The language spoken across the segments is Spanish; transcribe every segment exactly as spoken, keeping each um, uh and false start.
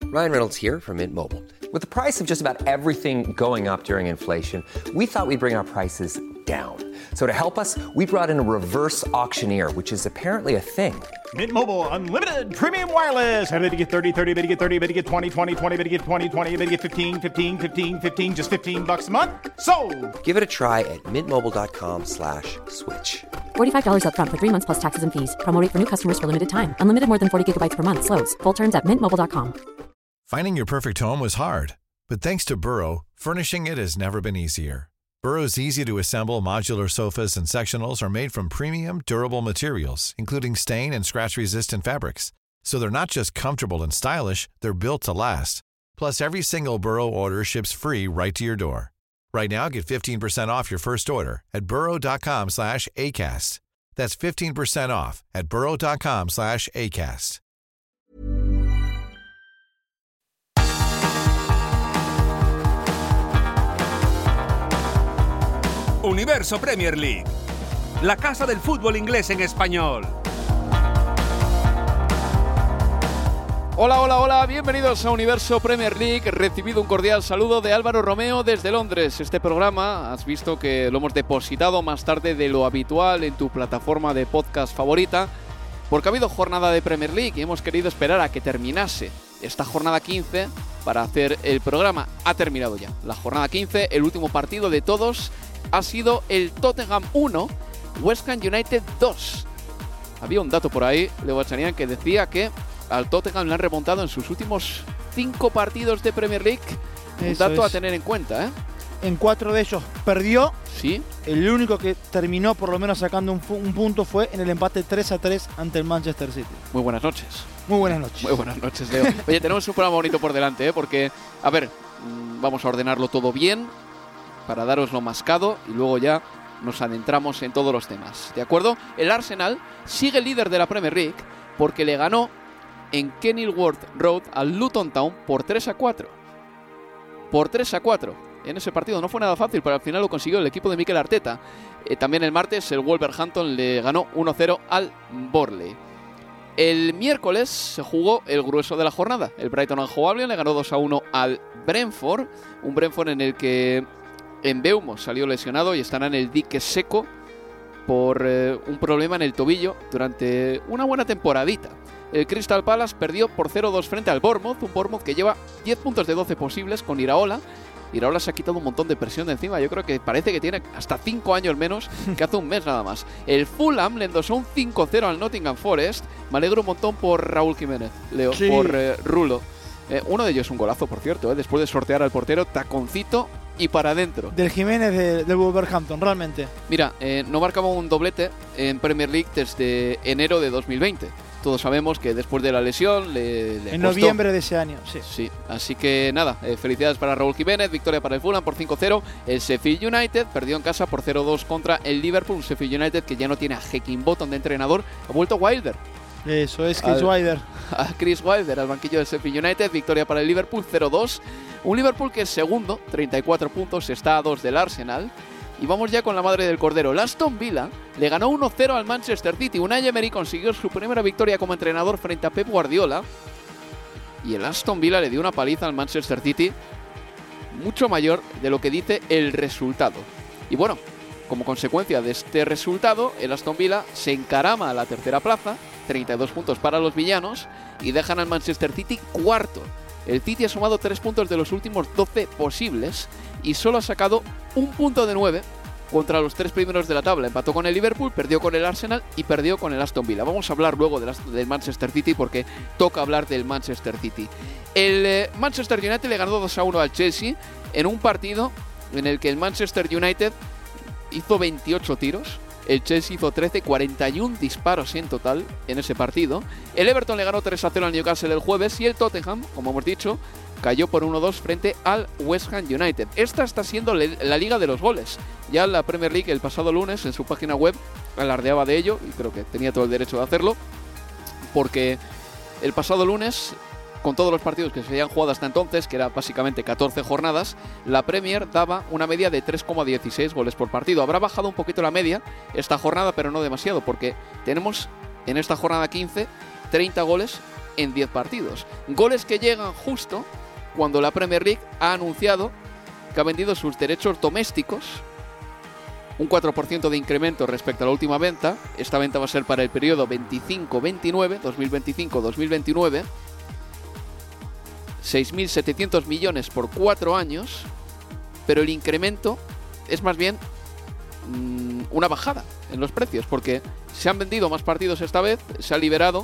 Ryan Reynolds here from Mint Mobile. With the price of just about everything going up during inflation, we thought we'd bring our prices down. So to help us, we brought in a reverse auctioneer, which is apparently a thing. Mint Mobile Unlimited Premium Wireless. How to get thirty, thirty, how to get thirty, how to get twenty, twenty, twenty, how to get twenty, twenty, how to get fifteen, fifteen, fifteen, fifteen, just fifteen bucks a month? Sold! Give it a try at mintmobile.com slash switch. forty-five dollars up front for three months plus taxes and fees. Promo rate for new customers for limited time. Unlimited more than forty gigabytes per month. Slows full terms at mint mobile dot com. Finding your perfect home was hard, but thanks to Burrow, furnishing it has never been easier. Burrow's easy-to-assemble modular sofas and sectionals are made from premium, durable materials, including stain and scratch-resistant fabrics. So they're not just comfortable and stylish, they're built to last. Plus, every single Burrow order ships free right to your door. Right now, get fifteen percent off your first order at burrow.com slash ACAST. That's fifteen percent off at burrow.com slash ACAST. Universo Premier League, la casa del fútbol inglés en español. Hola, hola, hola, bienvenidos a Universo Premier League. Recibido un cordial saludo de Álvaro Romeo desde Londres. Este programa has visto que lo hemos depositado más tarde de lo habitual en tu plataforma de podcast favorita, porque ha habido jornada de Premier League y hemos querido esperar a que terminase esta jornada quince para hacer el programa. Ha terminado ya la jornada quince, el último partido de todos ha sido el Tottenham uno, West Ham United dos. Había un dato por ahí, Leo Chanian, que decía que al Tottenham le han remontado en sus últimos cinco partidos de Premier League. Un Eso dato es. a tener en cuenta, ¿eh? En cuatro de ellos perdió. Sí. El único que terminó por lo menos sacando un, fu- un punto fue en el empate tres a tres ante el Manchester City. Muy buenas noches. Muy buenas noches. Muy buenas noches, Leo. Oye, tenemos un programa bonito por delante, ¿eh? Porque, a ver, mmm, vamos a ordenarlo todo bien para daros lo mascado y luego ya nos adentramos en todos los temas, ¿de acuerdo? El Arsenal sigue líder de la Premier League porque le ganó en Kenilworth Road al Luton Town por tres a cuatro. Por tres a cuatro. En ese partido no fue nada fácil, pero al final lo consiguió el equipo de Mikel Arteta. Eh, también el martes el Wolverhampton le ganó uno cero al Burnley. El miércoles se jugó el grueso de la jornada. El Brighton and Hove Albion le ganó dos a uno al Brentford. Un Brentford en el que Mbeumo salió lesionado y estará en el dique seco por eh, un problema en el tobillo durante una buena temporadita. El Crystal Palace perdió por cero dos frente al Bournemouth, un Bournemouth que lleva diez puntos de doce posibles con Iraola. Iraola se ha quitado un montón de presión de encima, yo creo que parece que tiene hasta cinco años menos que hace un mes nada más. El Fulham le endosó un cinco cero al Nottingham Forest. Me alegro un montón por Raúl Jiménez, Leo, Sí. por eh, Rulo. Eh, uno de ellos es un golazo, por cierto, eh, después de sortear al portero, taconcito y para adentro. Del Jiménez de- del Wolverhampton, realmente. Mira, eh, no marcaba un doblete en Premier League desde enero de dos mil veinte. Todos sabemos que después de la lesión le, le En costó. noviembre de ese año, sí. Sí, así que nada, eh, felicidades para Raúl Jiménez, victoria para el Fulham por cinco cero. El Sheffield United perdió en casa por cero dos contra el Liverpool, un Sheffield United que ya no tiene a Heckingbottom de entrenador, ha vuelto Wilder. Eso es, Chris Al- Wilder. A Chris Wilder al banquillo del Sheffield United, victoria para el Liverpool cero dos. Un Liverpool que es segundo, treinta y cuatro puntos, está a dos del Arsenal. Y vamos ya con la madre del cordero. El Aston Villa le ganó uno cero al Manchester City. Unai Emery consiguió su primera victoria como entrenador frente a Pep Guardiola. Y el Aston Villa le dio una paliza al Manchester City mucho mayor de lo que dice el resultado. Y bueno, como consecuencia de este resultado, el Aston Villa se encarama a la tercera plaza, treinta y dos puntos para los villanos, y dejan al Manchester City cuarto. El City ha sumado tres puntos de los últimos doce posibles y solo ha sacado un punto de nueve contra los tres primeros de la tabla. Empató con el Liverpool, perdió con el Arsenal y perdió con el Aston Villa. Vamos a hablar luego del, del Manchester City porque toca hablar del Manchester City. El eh, Manchester United le ganó dos a uno al Chelsea en un partido en el que el Manchester United hizo veintiocho tiros. El Chelsea hizo trece, cuarenta y uno disparos en total en ese partido. El Everton le ganó tres a cero al Newcastle el jueves y el Tottenham, como hemos dicho, cayó por uno dos frente al West Ham United. Esta está siendo le- la liga de los goles. Ya la Premier League el pasado lunes en su página web alardeaba de ello y creo que tenía todo el derecho de hacerlo porque el pasado lunes, con todos los partidos que se habían jugado hasta entonces, que era básicamente catorce jornadas, la Premier daba una media de tres coma dieciséis goles por partido. Habrá bajado un poquito la media esta jornada, pero no demasiado, porque tenemos en esta jornada quince treinta goles en diez partidos. Goles que llegan justo cuando la Premier League ha anunciado que ha vendido sus derechos domésticos, un cuatro por ciento de incremento respecto a la última venta. Esta venta va a ser para el periodo veinticinco veintinueve, dos mil veinticinco dos mil veintinueve, seis mil setecientos millones por cuatro años, pero el incremento es más bien mmm, una bajada en los precios, porque se han vendido más partidos esta vez, se ha liberado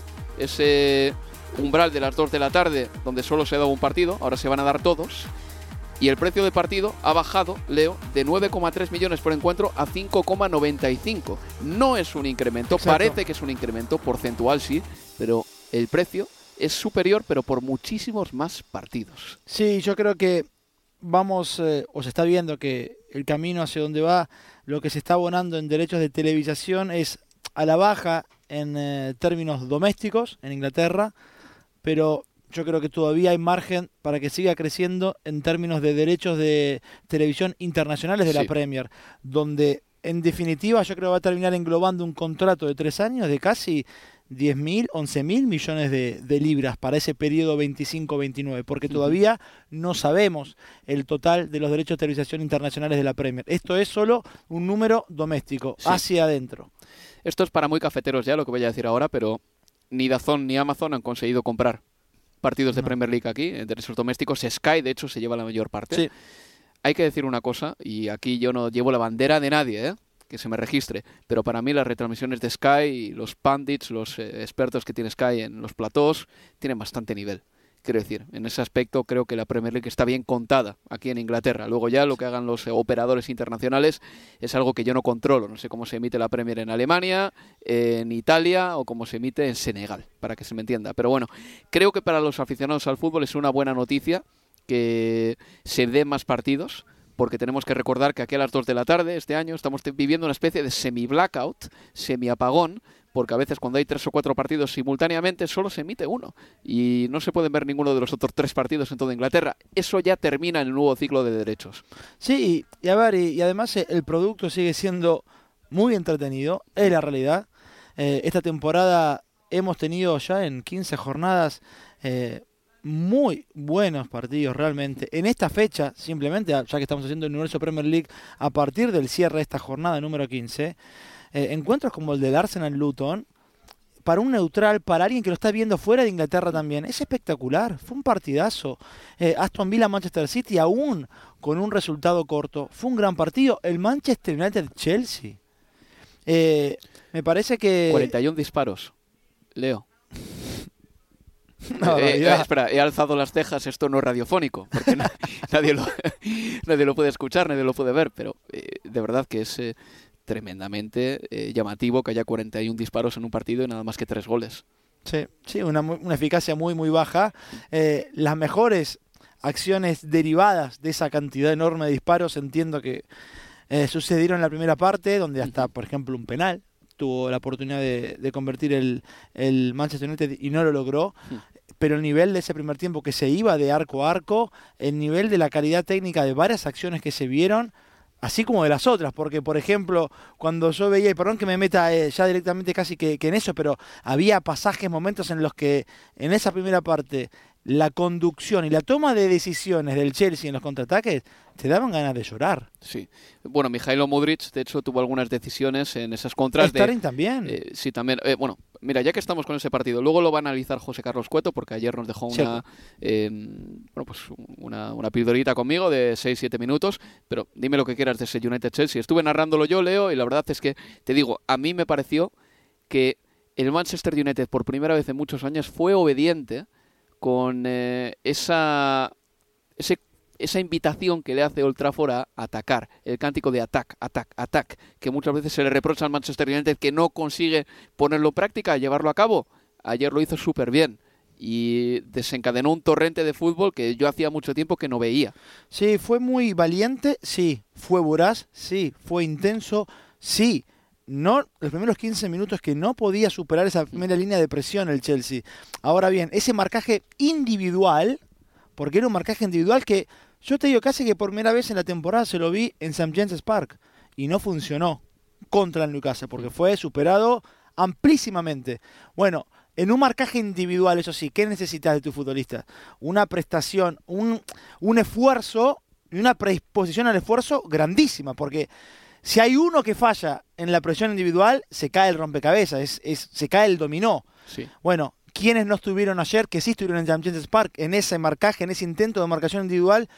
ese umbral de las dos de la tarde donde solo se daba un partido, ahora se van a dar todos, y el precio de partido ha bajado, Leo, de nueve coma tres millones por encuentro a cinco coma noventa y cinco. No es un incremento, Exacto. Parece que es un incremento porcentual, sí, pero el precio es superior, pero por muchísimos más partidos. Sí, yo creo que vamos, eh, o se está viendo que el camino hacia donde va, lo que se está abonando en derechos de televisación es a la baja en eh, términos domésticos en Inglaterra, pero yo creo que todavía hay margen para que siga creciendo en términos de derechos de televisión internacionales de Sí. la Premier, donde en definitiva yo creo que va a terminar englobando un contrato de tres años de casi diez mil, once mil millones de, de libras para ese periodo veinticinco veintinueve, porque todavía no sabemos el total de los derechos de televisación internacionales de la Premier. Esto es solo un número doméstico, Sí. hacia adentro. Esto es para muy cafeteros ya, lo que voy a decir ahora, pero ni DAZN ni Amazon han conseguido comprar partidos de No. Premier League aquí, en derechos domésticos. Sky, de hecho, se lleva la mayor parte. Sí. Hay que decir una cosa, y aquí yo no llevo la bandera de nadie, ¿eh? Que se me registre, pero para mí las retransmisiones de Sky, los pundits, los eh, expertos que tiene Sky en los platós, tienen bastante nivel. Quiero decir, en ese aspecto creo que la Premier League está bien contada aquí en Inglaterra. Luego ya lo que hagan los eh, operadores internacionales es algo que yo no controlo. No sé cómo se emite la Premier en Alemania, eh, en Italia o cómo se emite en Senegal, para que se me entienda. Pero bueno, creo que para los aficionados al fútbol es una buena noticia que se den más partidos, porque tenemos que recordar que aquí a las dos de la tarde este año estamos viviendo una especie de semi-blackout, semi-apagón, porque a veces cuando hay tres o cuatro partidos simultáneamente solo se emite uno y no se pueden ver ninguno de los otros tres partidos en toda Inglaterra. Eso ya termina en el nuevo ciclo de derechos. Sí, y, y a ver, y, y además eh, el producto sigue siendo muy entretenido, es la realidad. Eh, esta temporada hemos tenido ya en quince jornadas eh, muy buenos partidos realmente. En esta fecha, simplemente, ya que estamos haciendo el universo Premier League, a partir del cierre de esta jornada número quince, eh, encuentros como el del Arsenal-Luton, para un neutral, para alguien que lo está viendo fuera de Inglaterra también, es espectacular, fue un partidazo. Eh, Aston Villa-Manchester City, aún con un resultado corto, fue un gran partido. El Manchester United-Chelsea. Eh, me parece que... cuarenta y uno disparos, Leo. No, eh, eh, ya. espera, he alzado las cejas, esto no es radiofónico, porque na- nadie, lo, nadie lo puede escuchar, nadie lo puede ver, pero eh, de verdad que es eh, tremendamente eh, llamativo que haya cuarenta y uno disparos en un partido y nada más que tres goles. Sí, sí, una, mu- una eficacia muy, muy baja. Eh, las mejores acciones derivadas de esa cantidad enorme de disparos entiendo que eh, sucedieron en la primera parte, donde hasta, por ejemplo, un penal tuvo la oportunidad de, de convertir el, el Manchester United y no lo logró. Pero el nivel de ese primer tiempo que se iba de arco a arco, el nivel de la calidad técnica de varias acciones que se vieron, así como de las otras, porque por ejemplo, cuando yo veía, y perdón que me meta eh, ya directamente casi que, que en eso, pero había pasajes, momentos en los que en esa primera parte la conducción y la toma de decisiones del Chelsea en los contraataques te daban ganas de llorar. Sí. Bueno, Mijailo Mudryk, de hecho, tuvo algunas decisiones en esas contras. Sterling de, también. Eh, sí, también. Eh, bueno, mira, ya que estamos con ese partido, luego lo va a analizar José Carlos Cueto, porque ayer nos dejó una, eh, bueno, pues una, una pildorita conmigo de seis siete minutos, pero dime lo que quieras de ese United-Chelsea. Estuve narrándolo yo, Leo, y la verdad es que, te digo, a mí me pareció que el Manchester United, por primera vez en muchos años, fue obediente con eh, esa, ese, esa invitación que le hace Old Trafford a atacar, el cántico de attack, attack, attack, que muchas veces se le reprocha al Manchester United que no consigue ponerlo en práctica, llevarlo a cabo. Ayer lo hizo súper bien y desencadenó un torrente de fútbol que yo hacía mucho tiempo que no veía. Sí, fue muy valiente, sí. Fue voraz, sí. Fue intenso, sí. No, los primeros quince minutos que no podía superar esa primera línea de presión el Chelsea. Ahora bien, ese marcaje individual, porque era un marcaje individual que yo te digo casi que por primera vez en la temporada se lo vi en Saint James's Park y no funcionó contra el Newcastle porque fue superado amplísimamente. Bueno, en un marcaje individual, eso sí, ¿qué necesitas de tu futbolista? Una prestación, un, un esfuerzo y una predisposición al esfuerzo grandísima, porque si hay uno que falla en la presión individual, se cae el rompecabezas, es, es, se cae el dominó. Sí. Bueno, ¿quiénes no estuvieron ayer, que sí estuvieron en James's Park, en ese marcaje, en ese intento de marcación individual?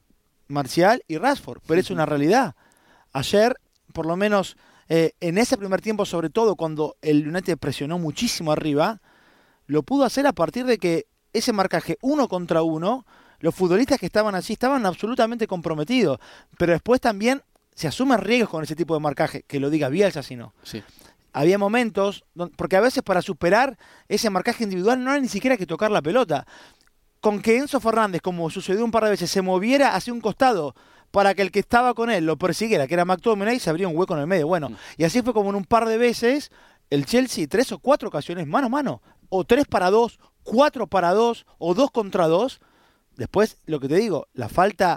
Marcial y Rashford, pero es una realidad. Ayer, por lo menos eh, en ese primer tiempo, sobre todo cuando el United presionó muchísimo arriba, lo pudo hacer a partir de que ese marcaje uno contra uno, los futbolistas que estaban allí estaban absolutamente comprometidos, pero después también se asumen riesgos con ese tipo de marcaje, que lo diga Bielsa, si no. Sí. Había momentos, porque a veces para superar ese marcaje individual no era ni siquiera que tocar la pelota. Con que Enzo Fernández, como sucedió un par de veces, se moviera hacia un costado para que el que estaba con él lo persiguiera, que era McTominay, se abría un hueco en el medio. Bueno, mm. y así fue como en un par de veces el Chelsea, tres o cuatro ocasiones mano a mano, o tres para dos, cuatro para dos, o dos contra dos. Después, lo que te digo, la falta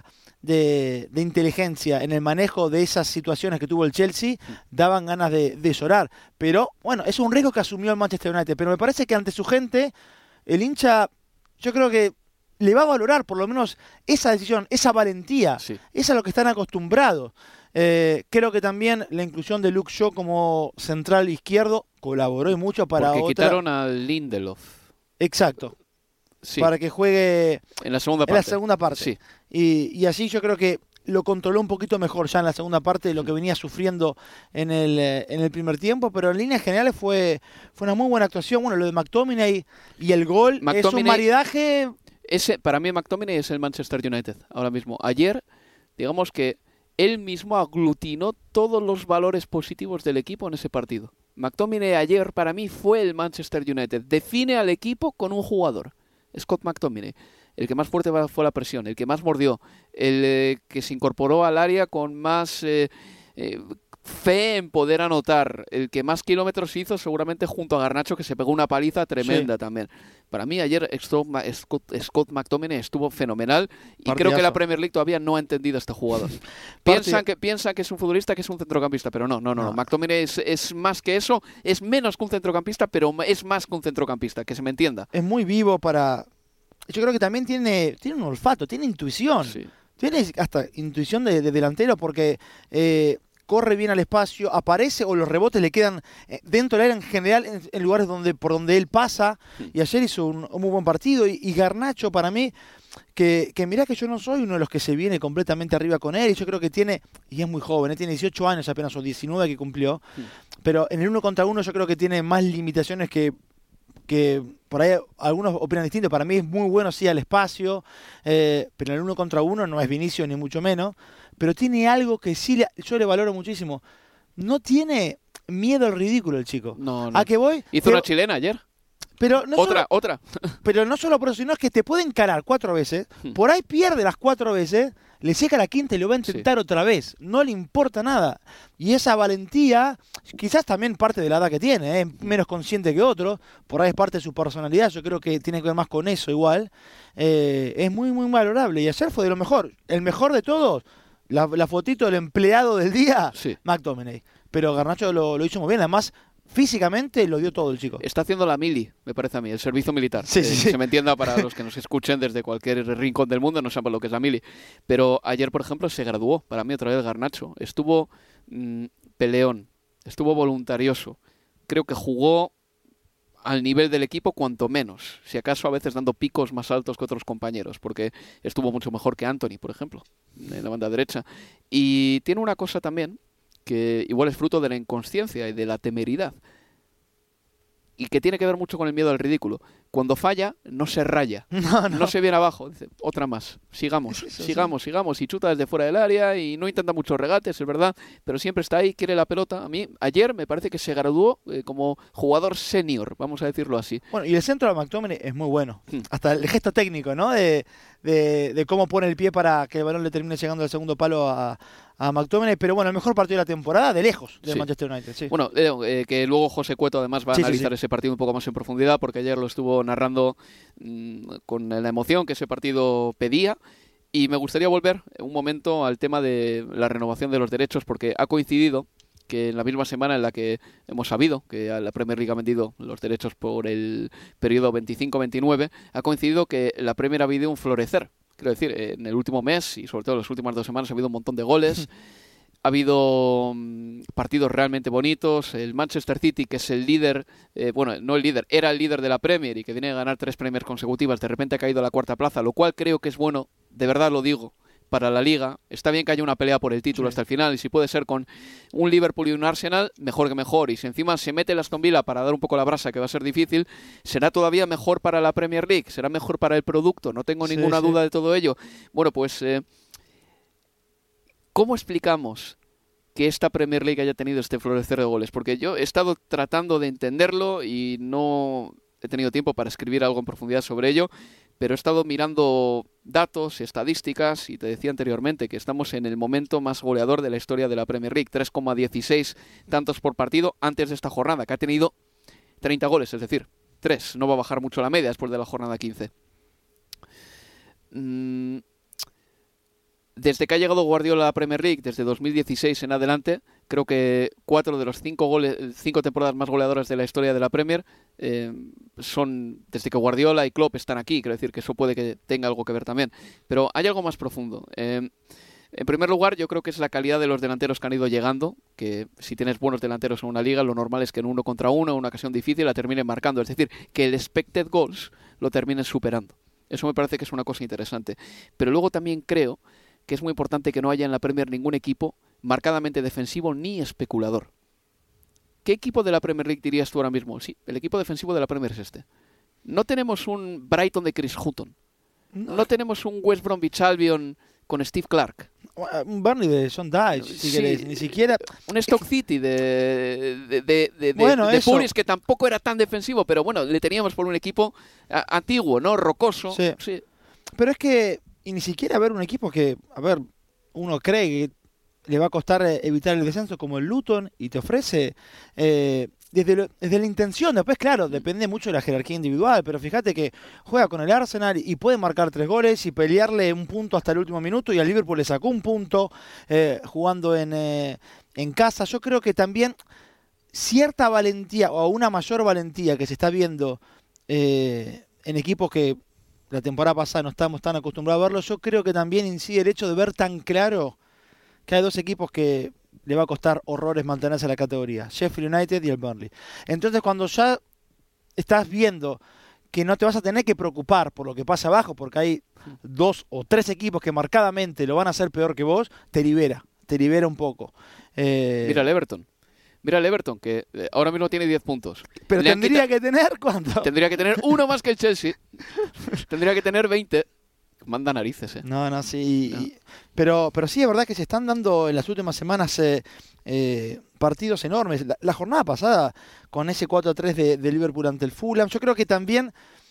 de, de inteligencia en el manejo de esas situaciones que tuvo el Chelsea daban ganas de, de llorar. Pero, bueno, es un riesgo que asumió el Manchester United. Pero me parece que ante su gente, el hincha, yo creo que le va a valorar por lo menos esa decisión, esa valentía. Sí. Es a lo que están acostumbrados. Eh, creo que también la inclusión de Luke Shaw como central izquierdo colaboró y mucho para Porque otra... quitaron al Lindelof. Exacto. Sí. Para que juegue en la segunda en parte. La segunda parte. Sí. Y, y así yo creo que lo controló un poquito mejor ya en la segunda parte de lo que venía sufriendo en el, en el primer tiempo, pero en líneas generales fue, fue una muy buena actuación. Bueno, lo de McTominay y el gol McTominay, es un maridaje... Ese, para mí McTominay es el Manchester United ahora mismo. Ayer, digamos que él mismo aglutinó todos los valores positivos del equipo en ese partido. McTominay ayer para mí fue el Manchester United. Define al equipo con un jugador. Scott McTominay, el que más fuerte fue la presión, el que más mordió, el eh, que se incorporó al área con más eh, eh, fe en poder anotar, el que más kilómetros hizo seguramente junto a Garnacho, que se pegó una paliza tremenda sí. también. Para mí ayer Scott, Scott McTominay estuvo fenomenal y Partidazo. Creo que la Premier League todavía no ha entendido a este jugador. Piensan que, piensa que es un futbolista, que es un centrocampista, pero no, no, no. no. no. McTominay es, es más que eso, es menos que un centrocampista, pero es más que un centrocampista, que se me entienda. Es muy vivo para... Yo creo que también tiene, tiene un olfato, tiene intuición. Sí. Tiene hasta intuición de, de delantero porque... Eh, corre bien al espacio, aparece o los rebotes le quedan dentro del área en general en, en lugares donde por donde él pasa, y ayer hizo un, un muy buen partido, y, y Garnacho para mí, que, que mirá que yo no soy uno de los que se viene completamente arriba con él, y yo creo que tiene, y es muy joven, ¿eh? Tiene dieciocho años apenas, o diecinueve que cumplió, sí. pero en el uno contra uno yo creo que tiene más limitaciones que que por ahí algunos opinan distinto. Para mí es muy bueno, sí, al espacio, eh, pero en el uno contra uno no es Vinicius ni mucho menos, pero tiene algo que sí le, yo le valoro muchísimo. No tiene miedo al ridículo el chico. No, no. ¿A qué voy? Hizo pero, una chilena ayer. Pero no otra, solo, otra. Pero no solo por eso, sino es que te puede encarar cuatro veces, por ahí pierde las cuatro veces, le seca la quinta y lo va a intentar sí. otra vez. No le importa nada. Y esa valentía, quizás también parte de la edad que tiene, ¿eh? menos consciente que otro, por ahí es parte de su personalidad, yo creo que tiene que ver más con eso igual. Eh, es muy, muy valorable. Y ayer fue de lo mejor. El mejor de todos, la, la fotito del empleado del día, sí. McTominay. Pero Garnacho lo, lo hizo muy bien, además... Físicamente lo dio todo el chico. Está haciendo la mili, me parece a mí, el servicio militar. Sí, eh, sí, que sí. se me entienda para los que nos escuchen desde cualquier rincón del mundo, no saben lo que es la mili. Pero ayer, por ejemplo, se graduó, para mí otra vez Garnacho. Estuvo mmm, peleón, estuvo voluntarioso. Creo que jugó al nivel del equipo cuanto menos. Si acaso a veces dando picos más altos que otros compañeros, porque estuvo mucho mejor que Anthony, por ejemplo, en la banda derecha. Y tiene una cosa también, que igual es fruto de la inconsciencia y de la temeridad, y que tiene que ver mucho con el miedo al ridículo. Cuando falla, no se raya, no, no. no se viene abajo, dice, otra más, sigamos, eso, sigamos, sí. sigamos, y chuta desde fuera del área, y no intenta muchos regates, es verdad, pero siempre está ahí, quiere la pelota. A mí, ayer me parece que se graduó eh, como jugador senior, vamos a decirlo así. Bueno, y el centro de McTominay es muy bueno, hmm. hasta el gesto técnico, ¿no? De, de, de cómo pone el pie para que el balón le termine llegando al segundo palo a... a McTominay, pero bueno, el mejor partido de la temporada, de lejos, de sí. Manchester United. Sí. Bueno, eh, que luego José Cueto además va a sí, analizar sí, sí. ese partido un poco más en profundidad, porque ayer lo estuvo narrando mmm, con la emoción que ese partido pedía, y me gustaría volver un momento al tema de la renovación de los derechos, porque ha coincidido que en la misma semana en la que hemos sabido que a la Premier League ha vendido los derechos por el periodo veinticinco veintinueve, ha coincidido que la Premier ha habido un florecer. Quiero decir, en el último mes y sobre todo en las últimas dos semanas ha habido un montón de goles. Ha habido um, partidos realmente bonitos. El Manchester City, que es el líder, eh, bueno, no el líder, era el líder de la Premier y que viene a ganar tres Premiers consecutivas, de repente ha caído a la cuarta plaza, lo cual creo que es bueno, de verdad lo digo, para la Liga. Está bien que haya una pelea por el título sí. hasta el final, y si puede ser con un Liverpool y un Arsenal, mejor que mejor. Y si encima se mete el Aston Villa para dar un poco la brasa, que va a ser difícil, será todavía mejor para la Premier League, será mejor para el producto, no tengo ninguna sí, duda sí. de todo ello. Bueno, pues, eh, ¿cómo explicamos que esta Premier League haya tenido este florecer de goles? Porque yo he estado tratando de entenderlo y no he tenido tiempo para escribir algo en profundidad sobre ello, pero he estado mirando datos, estadísticas, y te decía anteriormente que estamos en el momento más goleador de la historia de la Premier League, tres coma dieciséis tantos por partido antes de esta jornada, que ha tenido treinta goles, es decir, tres, no va a bajar mucho la media después de la jornada quince. Mm. Desde que ha llegado Guardiola a la Premier League, desde dos mil dieciséis en adelante, creo que cuatro de los cinco goles, cinco temporadas más goleadoras de la historia de la Premier eh, son desde que Guardiola y Klopp están aquí. Quiero decir que eso puede que tenga algo que ver también. Pero hay algo más profundo. Eh, en primer lugar, yo creo que es la calidad de los delanteros que han ido llegando, que si tienes buenos delanteros en una liga, lo normal es que en uno contra uno, en una ocasión difícil, la terminen marcando. Es decir, que el expected goals lo terminen superando. Eso me parece que es una cosa interesante. Pero luego también creo que es muy importante que no haya en la Premier ningún equipo marcadamente defensivo ni especulador. ¿Qué equipo de la Premier League dirías tú ahora mismo? Sí, el equipo defensivo de la Premier es este. No tenemos un Brighton de Chris Hutton. No, no tenemos un West Bromwich Albion con Steve Clark. Un Burnley de Sean Dyche, si sí, querés. Ni siquiera... Un Stoke City de, de, de, de, bueno, de Puris, que tampoco era tan defensivo, pero bueno, le teníamos por un equipo a, antiguo, ¿no? Rocoso. Sí. Sí. Pero es que... Y ni siquiera ver un equipo que, a ver, uno cree que le va a costar evitar el descenso como el Luton y te ofrece eh, desde, lo, desde la intención. Después, claro, depende mucho de la jerarquía individual, pero fíjate que juega con el Arsenal y puede marcar tres goles y pelearle un punto hasta el último minuto, y al Liverpool le sacó un punto eh, jugando en, eh, en casa. Yo creo que también cierta valentía, o una mayor valentía que se está viendo eh, en equipos que la temporada pasada no estamos tan acostumbrados a verlo, yo creo que también incide el hecho de ver tan claro que hay dos equipos que le va a costar horrores mantenerse en la categoría, Sheffield United y el Burnley. Entonces, cuando ya estás viendo que no te vas a tener que preocupar por lo que pasa abajo, porque hay dos o tres equipos que marcadamente lo van a hacer peor que vos, te libera, te libera un poco. Eh... Mira el Everton. Mira el Everton, que ahora mismo tiene diez puntos. Pero Le tendría quita... que tener, ¿cuánto? Tendría que tener uno más que el Chelsea. Tendría que tener veinte. Manda narices, ¿eh? No, no, sí. No. Pero, pero sí, es verdad que se están dando en las últimas semanas eh, eh, partidos enormes. La, la jornada pasada, con ese cuatro a tres de, de Liverpool ante el Fulham, yo creo que también,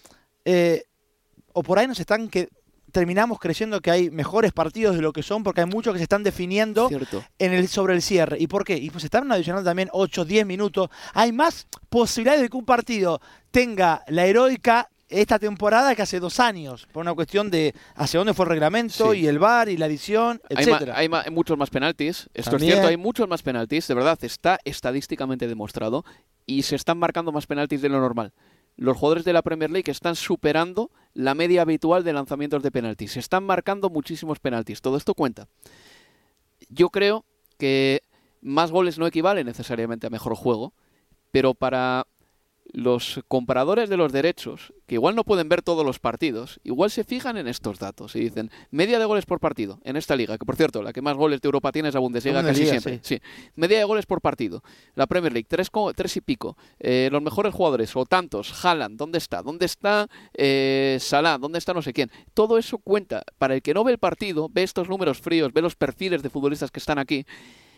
eh, o por ahí nos están que terminamos creyendo que hay mejores partidos de lo que son, porque hay muchos que se están definiendo en el, sobre el cierre. ¿Y por qué? Y pues se están adicionando también ocho, diez minutos. Hay más posibilidades de que un partido tenga la heroica esta temporada que hace dos años, por una cuestión de hacia dónde fue el reglamento, sí, y el V A R y la adición, etcétera. Hay, ma, hay ma, muchos más penaltis, esto también es cierto, hay muchos más penaltis, de verdad, está estadísticamente demostrado, y se están marcando más penaltis de lo normal. Los jugadores de la Premier League están superando la media habitual de lanzamientos de penaltis. Se están marcando muchísimos penaltis. Todo esto cuenta. Yo creo que más goles no equivale necesariamente a mejor juego, pero para los compradores de los derechos, que igual no pueden ver todos los partidos, igual se fijan en estos datos y dicen, media de goles por partido en esta liga, que por cierto, la que más goles de Europa tiene es la Bundesliga, casi liga, siempre. Sí. Sí. Media de goles por partido. La Premier League, tres, tres y pico. Eh, los mejores jugadores, o tantos. Haaland, ¿dónde está? ¿Dónde está eh, Salah? ¿Dónde está no sé quién? Todo eso cuenta. Para el que no ve el partido, ve estos números fríos, ve los perfiles de futbolistas que están aquí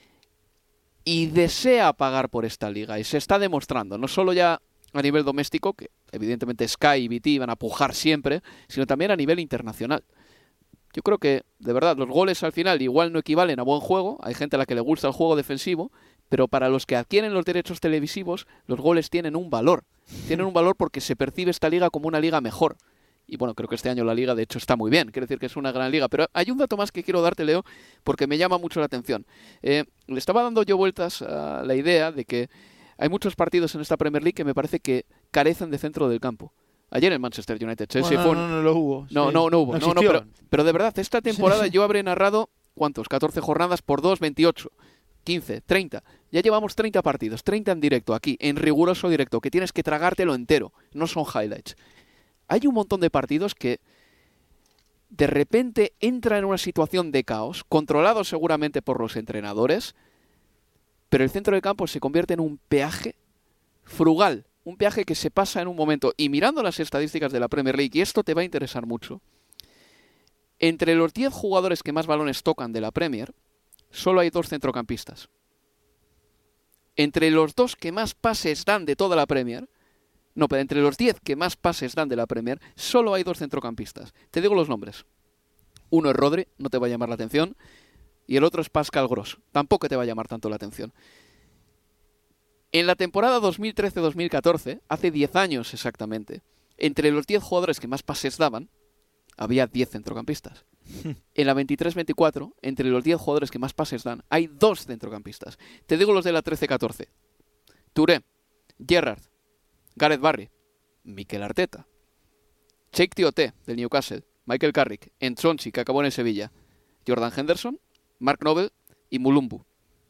y desea pagar por esta liga. Y se está demostrando, no solo ya a nivel doméstico, que evidentemente Sky y B T van a pujar siempre, sino también a nivel internacional. Yo creo que, de verdad, los goles al final igual no equivalen a buen juego. Hay gente a la que le gusta el juego defensivo, pero para los que adquieren los derechos televisivos, los goles tienen un valor. Tienen un valor porque se percibe esta liga como una liga mejor. Y bueno, creo que este año la Liga, de hecho, está muy bien. Quiere decir que es una gran liga. Pero hay un dato más que quiero darte, Leo, porque me llama mucho la atención. Eh, le estaba dando yo vueltas a la idea de que hay muchos partidos en esta Premier League que me parece que carecen de centro del campo. Ayer en Manchester United, Chelsea bueno, fue no, un... no, no, lo hubo. No, sí. no, no hubo. No No, no, existió. pero, pero de verdad, esta temporada Sí, sí. yo habré narrado, ¿cuántos? catorce jornadas por dos, veintiocho. quince, treinta. Ya llevamos treinta partidos, treinta en directo, aquí, en riguroso directo, que tienes que tragártelo entero. No son highlights. Hay un montón de partidos que de repente entran en una situación de caos, controlado seguramente por los entrenadores, pero el centro del campo se convierte en un peaje frugal, un peaje que se pasa en un momento. Y mirando las estadísticas de la Premier League, y esto te va a interesar mucho, entre los diez jugadores que más balones tocan de la Premier, solo hay dos centrocampistas. Entre los dos que más pases dan de toda la Premier, no, pero entre los diez que más pases dan de la Premier, solo hay dos centrocampistas. Te digo los nombres. Uno es Rodri, no te va a llamar la atención, y el otro es Pascal Gross, tampoco te va a llamar tanto la atención. En la temporada dos mil trece dos mil catorce, hace diez años exactamente, entre los diez jugadores que más pases daban, había diez centrocampistas. En la veintitrés veinticuatro, entre los diez jugadores que más pases dan, hay dos centrocampistas. Te digo los de la trece catorce. Touré, Gerrard, Gareth Barry, Mikel Arteta, Cheikh Tioté, del Newcastle, Michael Carrick, Ensonsi, que acabó en el Sevilla, Jordan Henderson, Mark Noble y Mulumbu.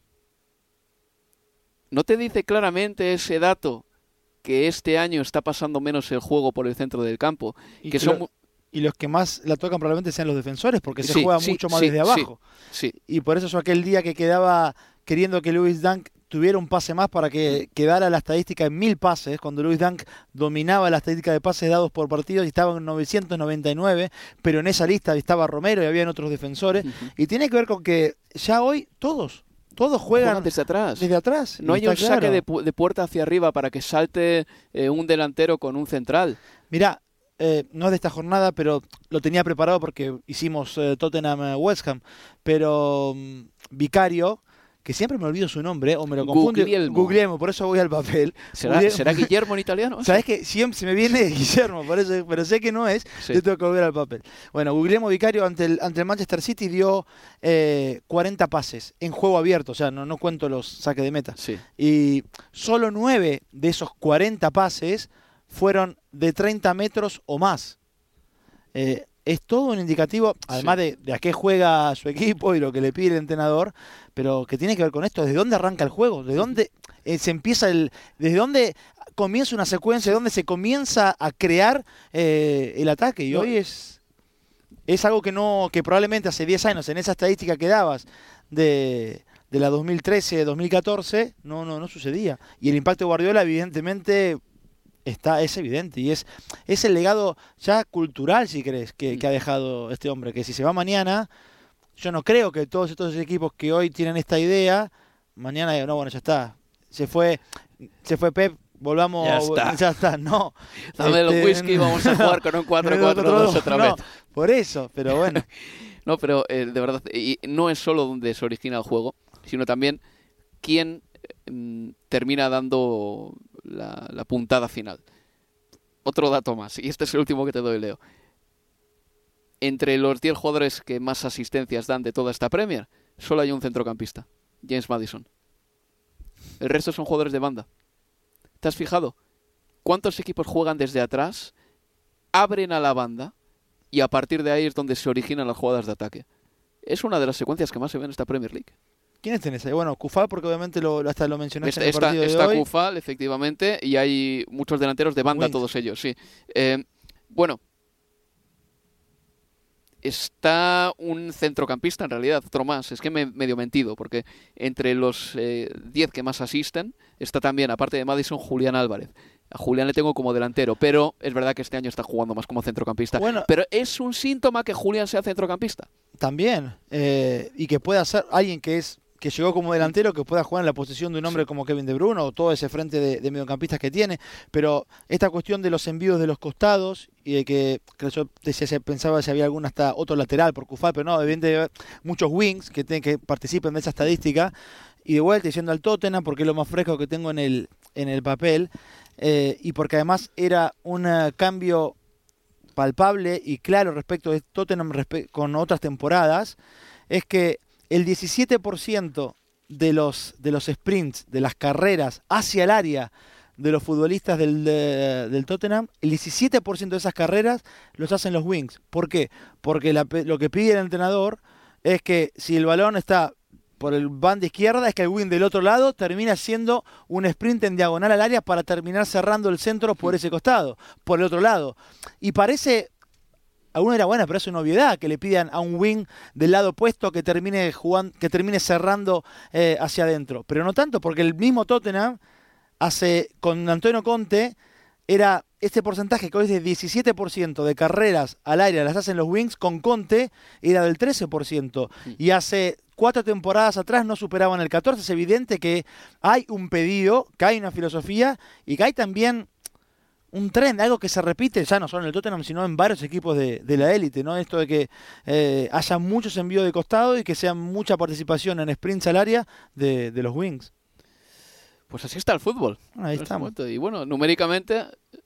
¿No te dice claramente ese dato que este año está pasando menos el juego por el centro del campo? Y Que que son... lo- Y los que más la tocan probablemente sean los defensores, porque se Sí, juega sí, mucho más sí, desde abajo. Sí, sí. Y por eso yo aquel día que quedaba queriendo que Lewis Dunk tuviera un pase más para que quedara la estadística en mil pases, cuando Lewis Dunk dominaba la estadística de pases dados por partido y estaba en novecientos noventa y nueve, pero en esa lista estaba Romero y habían otros defensores. Uh-huh. Y tiene que ver con que ya hoy todos, todos juegan, Juegan desde atrás. desde atrás. No y hay un está saque claro. de, pu- de puerta hacia arriba para que salte eh, un delantero con un central. Mirá, eh, no es de esta jornada, pero lo tenía preparado porque hicimos eh, Tottenham-West Ham, pero mm, Vicario, que siempre me olvido su nombre, o me lo confundo. Guglielmo. Guglielmo, por eso voy al papel. ¿Será, Guglielmo- ¿será Guillermo en italiano? ¿Sabes que siempre se me viene Guillermo, por eso, pero sé que no es, Sí. yo tengo que volver al papel. Bueno, Guglielmo Vicario ante el, ante el Manchester City dio eh, cuarenta pases en juego abierto, o sea, no, no cuento los saques de meta. Sí. Y solo nueve de esos cuarenta pases fueron de treinta metros o más. Eh, es todo un indicativo, además Sí. de, de a qué juega su equipo y lo que le pide el entrenador, pero que tiene que ver con esto, ¿desde dónde arranca el juego? ¿De dónde eh, se empieza el... ¿Desde dónde comienza una secuencia? ¿De dónde se comienza a crear eh, el ataque? Y No. hoy es... Es algo que no que probablemente hace diez años, en esa estadística que dabas de, de la dos mil trece dos mil catorce, no, no, no sucedía. Y el impacto de Guardiola, evidentemente, está, es evidente. Y es, es el legado ya cultural, si crees, que, que ha dejado este hombre. Que si se va mañana, yo no creo que todos estos equipos que hoy tienen esta idea, mañana digan, no, bueno, ya está. Se fue, se fue Pep. Volvamos, Ya está. ya está, no. Dame el Este, whisky y vamos a jugar con un cuatro cuatro dos otra no, vez. Por eso, pero bueno. No, pero eh, de verdad, y no es solo donde se origina el juego, sino también quién mm, termina dando la, la puntada final. Otro dato más, y este es el último que te doy, Leo. Entre los diez jugadores que más asistencias dan de toda esta Premier, solo hay un centrocampista, James Maddison. El resto son jugadores de banda. ¿Te has fijado? ¿Cuántos equipos juegan desde atrás, abren a la banda y a partir de ahí es donde se originan las jugadas de ataque? Es una de las secuencias que más se ven en esta Premier League. ¿Quiénes tenés ahí? Bueno, Kufal, porque obviamente lo, hasta lo mencionaste Está, en el está, partido de está hoy. Kufal, efectivamente, y hay muchos delanteros de banda, Wings. todos ellos, sí. Eh, bueno, está un centrocampista, en realidad, otro más. Es que me medio mentido, porque entre los eh, diez que más asisten está también, aparte de Maddison, Julián Álvarez. A Julián le tengo como delantero, pero es verdad que este año está jugando más como centrocampista. Bueno. Pero es un síntoma que Julián sea centrocampista. También. eh, y que pueda ser alguien que es que llegó como delantero, que pueda jugar en la posición de un hombre como Kevin De Bruyne o todo ese frente de, de mediocampistas que tiene. Pero esta cuestión de los envíos de los costados y de que, que yo decía, se pensaba si había algún hasta otro lateral por Kufal, pero no, evidentemente muchos wings que, tienen, que participen de esa estadística. Y de vuelta diciendo al Tottenham, porque es lo más fresco que tengo en el, en el papel, eh, y porque además era un uh, cambio palpable y claro respecto de Tottenham respe- con otras temporadas es que el diecisiete por ciento de los, de los sprints, de las carreras hacia el área de los futbolistas del, de, del Tottenham, el diecisiete por ciento de esas carreras los hacen los wings. ¿Por qué? Porque la, lo que pide el entrenador es que si el balón está por el banda izquierda, es que el wing del otro lado termina siendo un sprint en diagonal al área para terminar cerrando el centro por ese costado, por el otro lado. Y parece, alguna era buena, pero es una obviedad que le pidan a un wing del lado opuesto que termine jugando, que termine cerrando eh, hacia adentro. Pero no tanto, porque el mismo Tottenham hace con Antonio Conte era este porcentaje que hoy es de diecisiete por ciento de carreras al aire las hacen los wings, con Conte era del trece por ciento. Y hace cuatro temporadas atrás no superaban el catorce por ciento. Es evidente que hay un pedido, que hay una filosofía y que hay también un trend, algo que se repite ya no solo en el Tottenham, sino en varios equipos de, de la élite, ¿no? Esto de que eh, haya muchos envíos de costado y que sea mucha participación en sprints al área de, de los wings. Pues así está el fútbol. Ahí estamos. Y bueno, numéricamente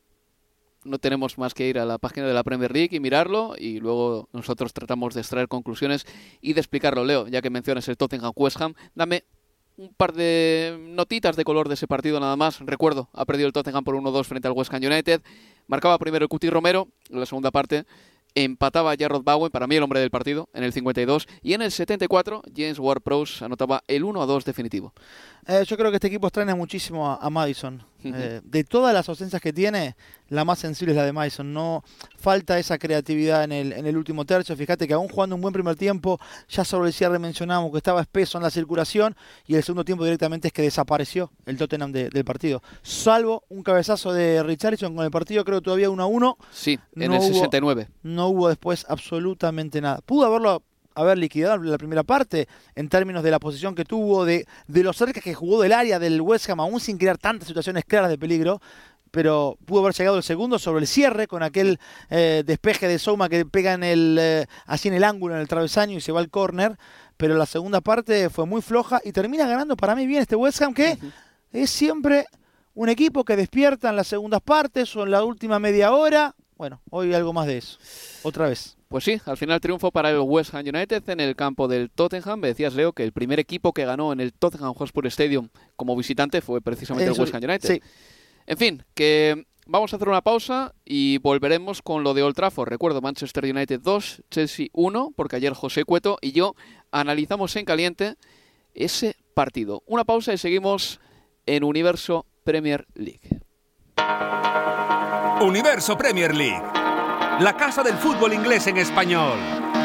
no tenemos más que ir a la página de la Premier League y mirarlo, y luego nosotros tratamos de extraer conclusiones y de explicarlo. Leo, ya que mencionas el Tottenham West Ham, dame un par de notitas de color de ese partido nada más. Recuerdo, ha perdido el Tottenham por uno dos frente al West Ham United. Marcaba primero el Cuti Romero, en la segunda parte empataba Jarrod Bowen, para mí el hombre del partido, en el cincuenta y dos, y en el setenta y cuatro James Ward-Prowse anotaba el uno a dos definitivo. Eh, yo creo que este equipo extraña muchísimo a, a Maddison. Uh-huh. Eh, de todas las ausencias que tiene, la más sensible es la de Maddison. No falta esa creatividad en el, en el último tercio. Fíjate que aún jugando un buen primer tiempo, ya sobre el cierre mencionamos que estaba espeso en la circulación, y el segundo tiempo directamente es que desapareció el Tottenham de, del partido. Salvo un cabezazo de Richarlison con el partido, creo que todavía uno a uno. Sí, en no el hubo, sesenta y nueve. No hubo después absolutamente nada. Pudo haberlo haber liquidado la primera parte en términos de la posición que tuvo, de, de lo cerca que jugó del área del West Ham, aún sin crear tantas situaciones claras de peligro, pero pudo haber llegado el segundo sobre el cierre con aquel eh, despeje de Souma que pega en el, eh, así en el ángulo, en el travesaño, y se va al córner. Pero la segunda parte fue muy floja y termina ganando para mí bien este West Ham, que uh-huh. es siempre un equipo que despierta en las segundas partes o en la última media hora. Bueno, hoy algo más de eso. Otra vez. Pues sí, al final triunfo para el West Ham United en el campo del Tottenham. Me decías, Leo, que el primer equipo que ganó en el Tottenham Hotspur Stadium como visitante fue precisamente Eso, el West Ham United. Sí. En fin, que vamos a hacer una pausa y volveremos con lo de Old Trafford. Recuerdo, Manchester United dos, Chelsea uno, porque ayer José Cueto y yo analizamos en caliente ese partido. Una pausa y seguimos en Universo Premier League. Universo Premier League, la casa del fútbol inglés en español.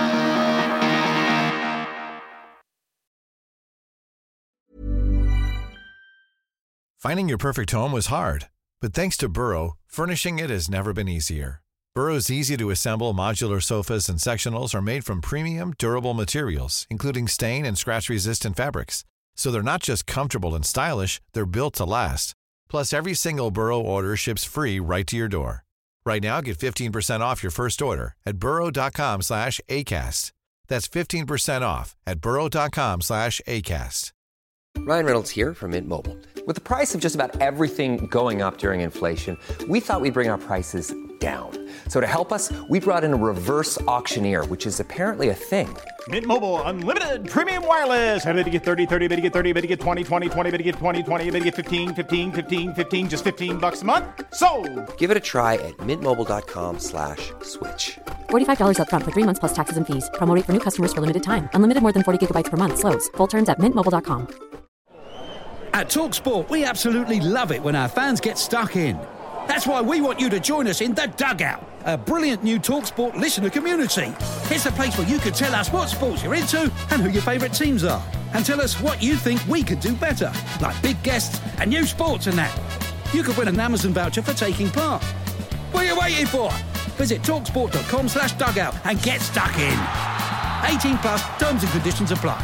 Finding your perfect home was hard, but thanks to Burrow, furnishing it has never been easier. Burrow's easy-to-assemble modular sofas and sectionals are made from premium, durable materials, including stain and scratch-resistant fabrics. So they're not just comfortable and stylish, they're built to last. Plus, every single Burrow order ships free right to your door. Right now, get fifteen percent off your first order at burrow.com slash ACAST. That's fifteen percent off at burrow.com slash ACAST. Ryan Reynolds here from Mint Mobile. With the price of just about everything going up during inflation, we thought we'd bring our prices down. So to help us, we brought in a reverse auctioneer, which is apparently a thing. Mint Mobile Unlimited Premium Wireless. How to get thirty, thirty, how to get thirty, how to get twenty, twenty, twenty, how to get twenty, twenty, how to get fifteen, fifteen, fifteen, fifteen, just fifteen bucks a month? Sold! Give it a try at mintmobile.com slash switch. forty-five dollars up front for three months plus taxes and fees. Promo rate for new customers for limited time. Unlimited more than forty gigabytes per month. Slows full terms at mint mobile dot com. At TalkSport, we absolutely love it when our fans get stuck in. That's why we want you to join us in The Dugout, a brilliant new TalkSport listener community. It's a place where you can tell us what sports you're into and who your favourite teams are. And tell us what you think we could do better, like big guests and new sports and that. You could win an Amazon voucher for taking part. What are you waiting for? Visit talksport.com slash dugout and get stuck in. eighteen plus, terms and conditions apply.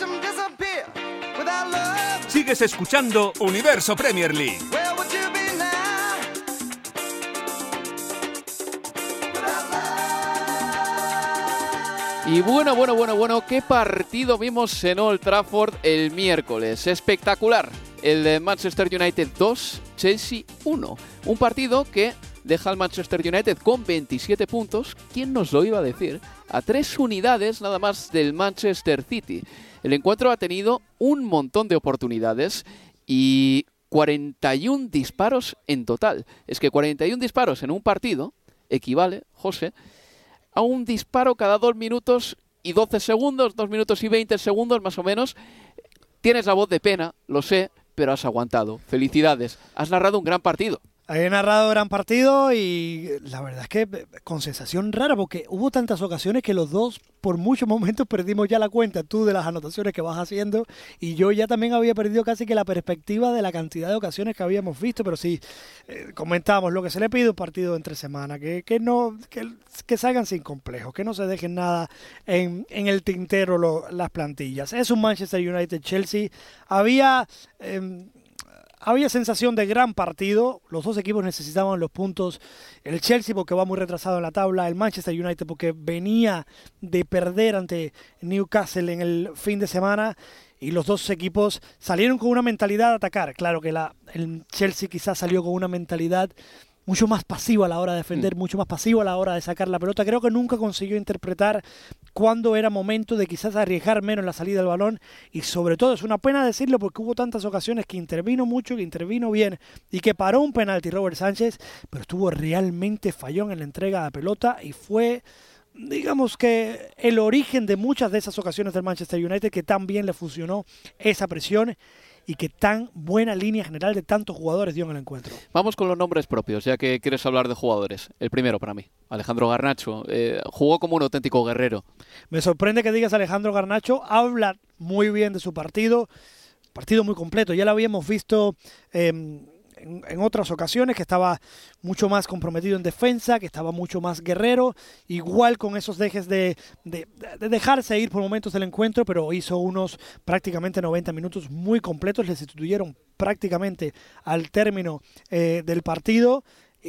Sigues escuchando Universo Premier League. Y bueno, bueno, bueno, bueno, qué partido vimos en Old Trafford el miércoles. Espectacular. El de Manchester United dos, Chelsea uno. Un partido que deja al Manchester United con veintisiete puntos. ¿Quién nos lo iba a decir? A tres unidades nada más del Manchester City. El encuentro ha tenido un montón de oportunidades y cuarenta y uno disparos en total. Es que cuarenta y uno disparos en un partido equivale, José, a un disparo cada dos minutos y doce segundos, dos minutos y veinte segundos más o menos. Tienes la voz de pena, lo sé, pero has aguantado. Felicidades, has narrado un gran partido. He narrado gran partido y la verdad es que con sensación rara, porque hubo tantas ocasiones que los dos por muchos momentos perdimos ya la cuenta, tú de las anotaciones que vas haciendo y yo ya también había perdido casi que la perspectiva de la cantidad de ocasiones que habíamos visto, pero sí, eh, comentábamos lo que se le pide un partido entre semana, que, que, no, que, que salgan sin complejos, que no se dejen nada en, en el tintero lo, las plantillas. Es un Manchester United-Chelsea, había... Eh, Había sensación de gran partido, los dos equipos necesitaban los puntos, el Chelsea porque va muy retrasado en la tabla, el Manchester United porque venía de perder ante Newcastle en el fin de semana y los dos equipos salieron con una mentalidad de atacar. Claro que la, el Chelsea quizás salió con una mentalidad mucho más pasivo a la hora de defender, mm. mucho más pasivo a la hora de sacar la pelota. Creo que nunca consiguió interpretar cuándo era momento de quizás arriesgar menos la salida del balón y sobre todo, es una pena decirlo porque hubo tantas ocasiones que intervino mucho, que intervino bien y que paró un penalti Robert Sánchez, pero estuvo realmente fallón en la entrega de la pelota y fue, digamos que el origen de muchas de esas ocasiones del Manchester United, que tan bien le funcionó esa presión y que tan buena línea general de tantos jugadores dio en el encuentro. Vamos con los nombres propios, ya que quieres hablar de jugadores. El primero para mí, Alejandro Garnacho, eh, jugó como un auténtico guerrero. Me sorprende que digas Alejandro Garnacho, habla muy bien de su partido, partido muy completo, ya lo habíamos visto eh, en, en otras ocasiones, que estaba mucho más comprometido en defensa, que estaba mucho más guerrero, igual con esos dejes de, de, de dejarse ir por momentos del encuentro, pero hizo unos prácticamente noventa minutos muy completos, le sustituyeron prácticamente al término eh, del partido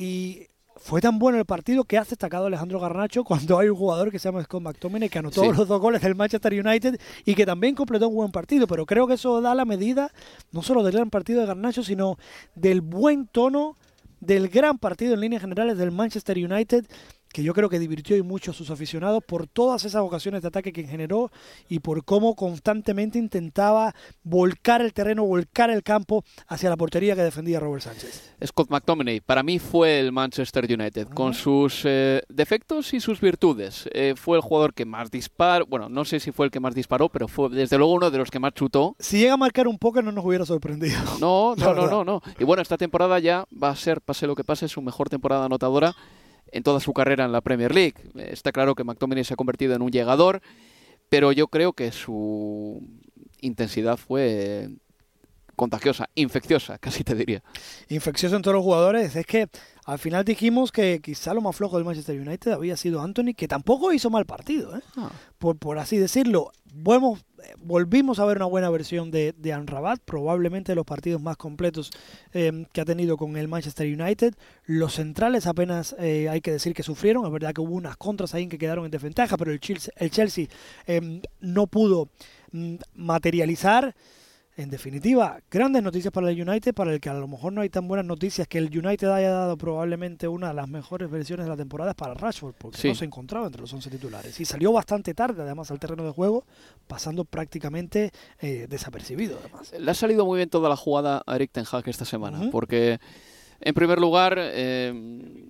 y fue tan bueno el partido que ha destacado Alejandro Garnacho cuando hay un jugador que se llama Scott McTominay que anotó sí. los dos goles del Manchester United y que también completó un buen partido, pero creo que eso da la medida no solo del gran partido de Garnacho, sino del buen tono del gran partido en líneas generales del Manchester United, que yo creo que divirtió y mucho a sus aficionados por todas esas ocasiones de ataque que generó y por cómo constantemente intentaba volcar el terreno, volcar el campo hacia la portería que defendía Robert Sánchez. Scott McTominay, para mí fue el Manchester United, uh-huh. con sus eh, defectos y sus virtudes. Eh, fue el jugador que más disparó, bueno, no sé si fue el que más disparó, pero fue desde luego uno de los que más chutó. Si llega a marcar un poco no nos hubiera sorprendido. No, no, no, no, no. Y bueno, esta temporada ya va a ser, pase lo que pase, su mejor temporada anotadora en toda su carrera en la Premier League. Está claro que McTominay se ha convertido en un llegador, pero yo creo que su intensidad fue contagiosa, infecciosa, casi te diría. Infecciosa en todos los jugadores. Es que al final dijimos que quizá lo más flojo del Manchester United había sido Anthony, que tampoco hizo mal partido, ¿eh? ah. por, por así decirlo. Bueno, volvimos a ver una buena versión de, de Amrabat, probablemente de los partidos más completos eh, que ha tenido con el Manchester United. Los centrales apenas eh, hay que decir que sufrieron, es verdad que hubo unas contras ahí que quedaron en desventaja, pero el Chelsea, el Chelsea eh, no pudo mm, materializar. En definitiva, grandes noticias para el United, para el que a lo mejor no hay tan buenas noticias, que el United haya dado probablemente una de las mejores versiones de la temporada para Rashford, porque sí. no se encontraba entre los once titulares. Y salió bastante tarde, además, al terreno de juego, pasando prácticamente eh, desapercibido. Además. Le ha salido muy bien toda la jugada a Erik ten Hag esta semana, uh-huh. porque, en primer lugar, eh,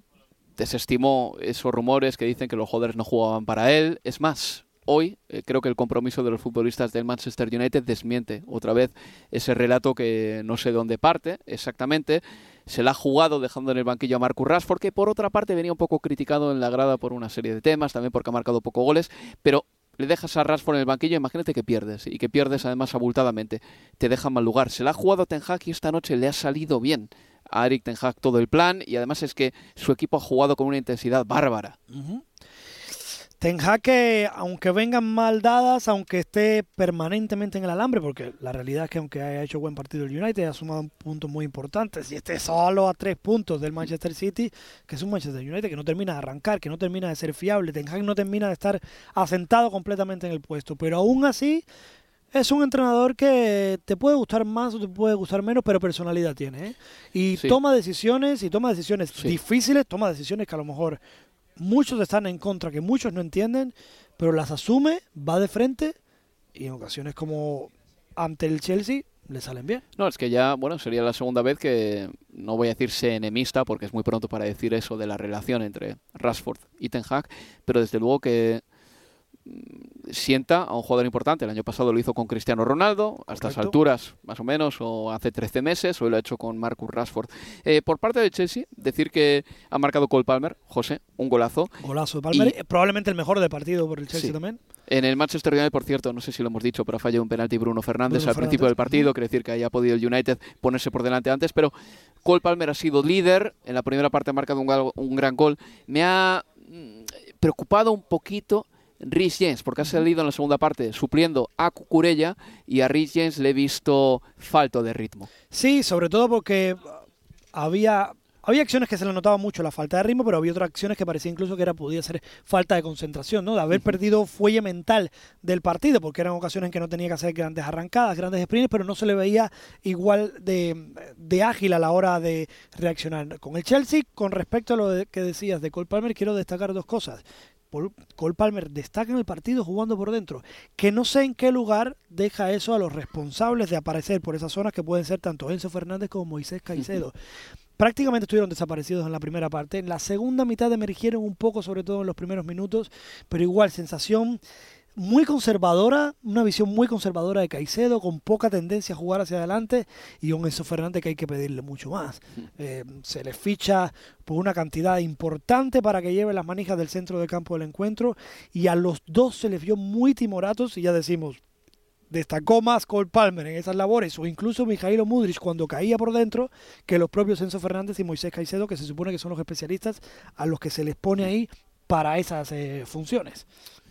desestimó esos rumores que dicen que los jugadores no jugaban para él. Es más, hoy eh, creo que el compromiso de los futbolistas del Manchester United desmiente otra vez ese relato que no sé dónde parte exactamente. Se la ha jugado dejando en el banquillo a Marcus Rashford, que por otra parte venía un poco criticado en la grada por una serie de temas, también porque ha marcado pocos goles, pero le dejas a Rashford en el banquillo, imagínate que pierdes, y que pierdes además abultadamente, te deja en mal lugar. Se la ha jugado Ten Hag y esta noche le ha salido bien a Erik ten Hag todo el plan, y además es que su equipo ha jugado con una intensidad bárbara. Uh-huh. Ten Hag, que aunque vengan mal dadas, aunque esté permanentemente en el alambre, porque la realidad es que aunque haya hecho buen partido el United, ha sumado puntos muy importantes y esté solo a tres puntos del Manchester City, que es un Manchester United que no termina de arrancar, que no termina de ser fiable. Ten Hag no termina de estar asentado completamente en el puesto, pero aún así es un entrenador que te puede gustar más o te puede gustar menos, pero personalidad tiene, ¿eh? Y sí. toma decisiones, y toma decisiones sí. difíciles, toma decisiones que a lo mejor muchos están en contra, que muchos no entienden, pero las asume, va de frente y en ocasiones como ante el Chelsea le salen bien. No, es que ya, bueno, sería la segunda vez que, no voy a decirse enemista porque es muy pronto para decir eso de la relación entre Rashford y Ten Hag, pero desde luego que sienta a un jugador importante. El año pasado lo hizo con Cristiano Ronaldo, a estas Correcto. alturas más o menos, o hace trece meses, hoy lo ha hecho con Marcus Rashford. Eh, por parte de Chelsea, decir que ha marcado Cole Palmer, José, un golazo. Golazo de Palmer, y, probablemente el mejor del partido por el Chelsea sí. también. En el Manchester United, por cierto, no sé si lo hemos dicho, pero ha fallado un penalti Bruno Fernández Bruno al Fernández. principio del partido, quiere decir que haya podido el United ponerse por delante antes, pero Cole Palmer ha sido líder, en la primera parte ha marcado un, un gran gol. Me ha preocupado un poquito Reece James, porque ha salido en la segunda parte supliendo a Cucurella, y a Reece James le he visto falto de ritmo. Sí, sobre todo porque había, había acciones que se le notaba mucho la falta de ritmo, pero había otras acciones que parecía incluso que era podía ser falta de concentración, ¿no? De haber uh-huh. perdido fuelle mental del partido, porque eran ocasiones en que no tenía que hacer grandes arrancadas, grandes sprints, pero no se le veía igual de, de ágil a la hora de reaccionar. Con el Chelsea, con respecto a lo de, que decías de Cole Palmer, quiero destacar dos cosas. Cole Palmer destaca en el partido jugando por dentro, que no sé en qué lugar deja eso a los responsables de aparecer por esas zonas, que pueden ser tanto Enzo Fernández como Moisés Caicedo. Prácticamente estuvieron desaparecidos en la primera parte. En la segunda mitad emergieron un poco, sobre todo en los primeros minutos, pero igual sensación muy conservadora, una visión muy conservadora de Caicedo, con poca tendencia a jugar hacia adelante, y un Enzo Fernández que hay que pedirle mucho más. Eh, se le ficha por una cantidad importante para que lleve las manijas del centro del campo del encuentro, y a los dos se les vio muy timoratos, y ya decimos, destacó más Cole Palmer en esas labores, o incluso Mijailo Mudryk cuando caía por dentro, que los propios Enzo Fernández y Moisés Caicedo, que se supone que son los especialistas a los que se les pone ahí para esas eh, funciones.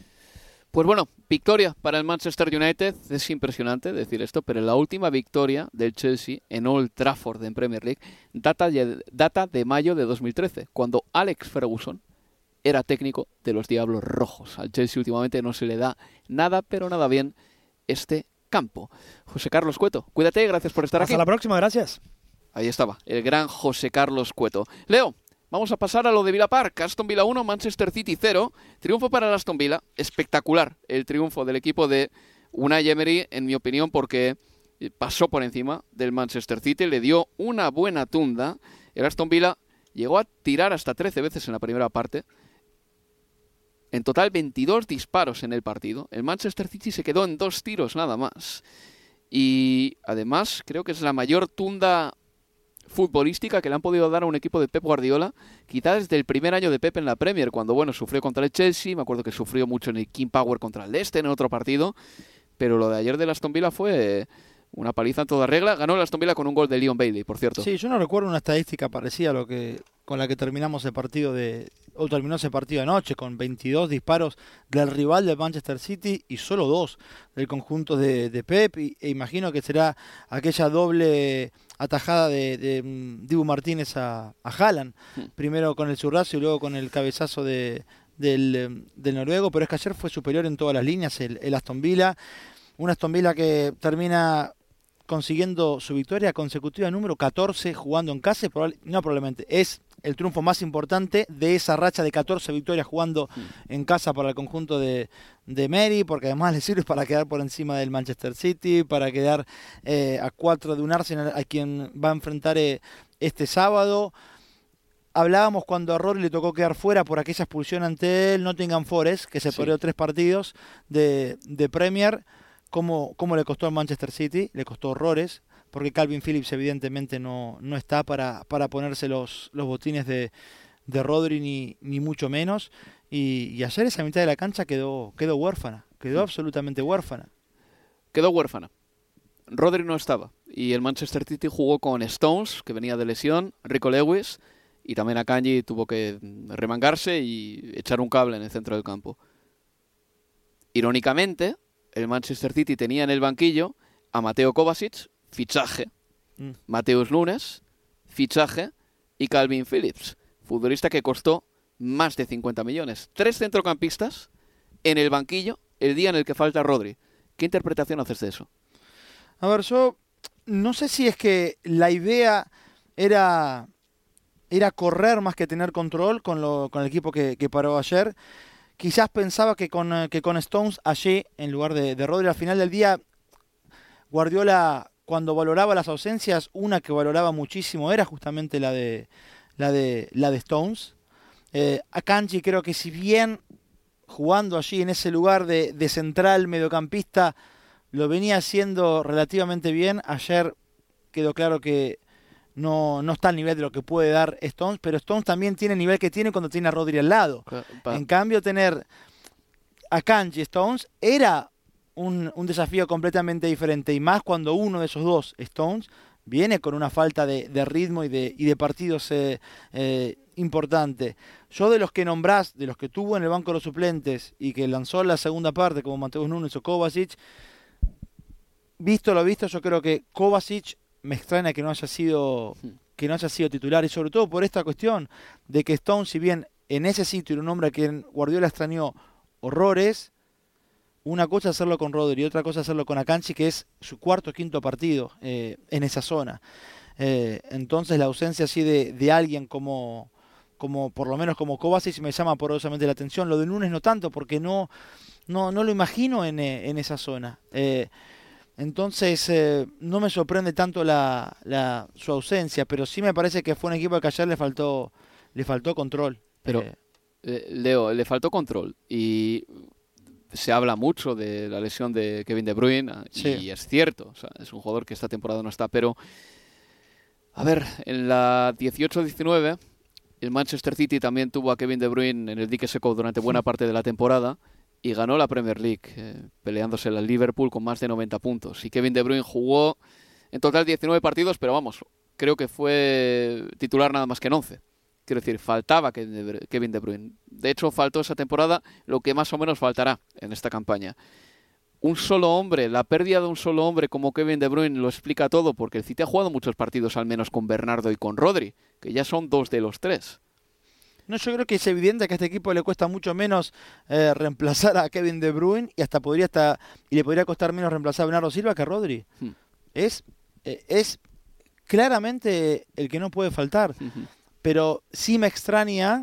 Pues bueno, victoria para el Manchester United. Es impresionante decir esto, pero la última victoria del Chelsea en Old Trafford en Premier League data, data de mayo de dos mil trece, cuando Alex Ferguson era técnico de los Diablos Rojos. Al Chelsea últimamente no se le da nada, pero nada bien este campo. José Carlos Cueto, cuídate, gracias por estar Hasta aquí. Hasta la próxima, gracias. Ahí estaba, el gran José Carlos Cueto. Leo, vamos a pasar a lo de Villa Park. Aston Villa uno, Manchester City cero. Triunfo para el Aston Villa. Espectacular el triunfo del equipo de Unai Emery, en mi opinión, porque pasó por encima del Manchester City, le dio una buena tunda. El Aston Villa llegó a tirar hasta trece veces en la primera parte. En total, veintidós disparos en el partido. El Manchester City se quedó en dos tiros nada más. Y además, creo que es la mayor tunda futbolística que le han podido dar a un equipo de Pep Guardiola, quizá desde el primer año de Pep en la Premier, cuando bueno sufrió contra el Chelsea, me acuerdo que sufrió mucho en el King Power contra el Leicester en otro partido, pero lo de ayer del Aston Villa fue una paliza en toda regla. Ganó el Aston Villa con un gol de Leon Bailey, por cierto. Sí, yo no recuerdo una estadística parecida a lo que con la que terminamos el partido de o terminó ese partido anoche, con veintidós disparos del rival del Manchester City y solo dos del conjunto de, de Pep, y, e imagino que será aquella doble atajada de, de um, Dibu Martínez a, a Haaland, mm. primero con el zurrazo y luego con el cabezazo de, del, del noruego, pero es que ayer fue superior en todas las líneas el, el Aston Villa, un Aston Villa que termina consiguiendo su victoria consecutiva número catorce jugando en casa, probable, no probablemente, es el triunfo más importante de esa racha de catorce victorias jugando mm. en casa para el conjunto de, de Emery, porque además le sirve para quedar por encima del Manchester City, para quedar eh, a cuatro de un Arsenal a quien va a enfrentar eh, este sábado. Hablábamos cuando a Rory le tocó quedar fuera por aquella expulsión ante el Nottingham Forest, que se sí. perdió tres partidos de, de Premier. Cómo, cómo le costó al Manchester City, le costó horrores, porque Calvin Phillips evidentemente no, no está para, para ponerse los, los botines de, de Rodri, ni, ni mucho menos, y, y ayer esa mitad de la cancha quedó, quedó huérfana, quedó sí. absolutamente huérfana. Quedó huérfana. Rodri no estaba, y el Manchester City jugó con Stones, que venía de lesión, Rico Lewis, y también Akanji tuvo que remangarse y echar un cable en el centro del campo. Irónicamente, el Manchester City tenía en el banquillo a Mateo Kovacic, fichaje, mm. Mateus Nunes, fichaje, y Calvin Phillips, futbolista que costó más de cincuenta millones. Tres centrocampistas en el banquillo el día en el que falta Rodri. ¿Qué interpretación haces de eso? A ver, yo no sé si es que la idea era, era correr más que tener control con, lo, con el equipo que, que paró ayer. Quizás pensaba que con, que con Stones allí, en lugar de, de Rodri, al final del día, Guardiola, cuando valoraba las ausencias, una que valoraba muchísimo era justamente la de, la de, la de Stones. Eh, Akanji creo que si bien jugando allí en ese lugar de, de central mediocampista lo venía haciendo relativamente bien, ayer quedó claro que no, no está al nivel de lo que puede dar Stones, pero Stones también tiene el nivel que tiene cuando tiene a Rodri al lado. Pa. En cambio, tener a Akanji y Stones era un, un desafío completamente diferente, y más cuando uno de esos dos, Stones, viene con una falta de, de ritmo y de, y de partidos eh, eh, importante. Yo, de los que nombrás, de los que tuvo en el banco de los suplentes y que lanzó la segunda parte, como Mateus Nunes o Kovacic, visto lo visto, yo creo que Kovacic me extraña que no haya sido que no haya sido titular, y sobre todo por esta cuestión de que Stone, si bien en ese sitio era un hombre a quien Guardiola extrañó horrores, una cosa es hacerlo con Rodri y otra cosa es hacerlo con Akanji, que es su cuarto o quinto partido eh, en esa zona. Eh, entonces la ausencia así de, de alguien como, como, por lo menos como Kovacic, me llama poderosamente la atención. Lo de Nunes no tanto, porque no, no, no lo imagino en, en esa zona. Eh, entonces eh, no me sorprende tanto la, la, su ausencia, pero sí me parece que fue un equipo que ayer le faltó, le faltó control. Pero, eh, eh, Leo, le faltó control y... Se habla mucho de la lesión de Kevin De Bruyne, sí. Y es cierto, o sea, es un jugador que esta temporada no está, pero a ver, en la dieciocho diecinueve el Manchester City también tuvo a Kevin De Bruyne en el dique seco durante buena parte de la temporada y ganó la Premier League, eh, peleándose al Liverpool con más de noventa puntos. Y Kevin De Bruyne jugó en total diecinueve partidos, pero vamos, creo que fue titular nada más que en once. Quiero decir, faltaba Kevin De Bruyne. De hecho, faltó esa temporada lo que más o menos faltará en esta campaña. Un solo hombre, la pérdida de un solo hombre como Kevin De Bruyne lo explica todo, porque el City ha jugado muchos partidos al menos con Bernardo y con Rodri, que ya son dos de los tres. No, yo creo que es evidente que a este equipo le cuesta mucho menos eh, reemplazar a Kevin De Bruyne y hasta podría hasta y le podría costar menos reemplazar a Bernardo Silva que a Rodri. Hmm. Es, eh, es claramente el que no puede faltar. Uh-huh. Pero sí me extraña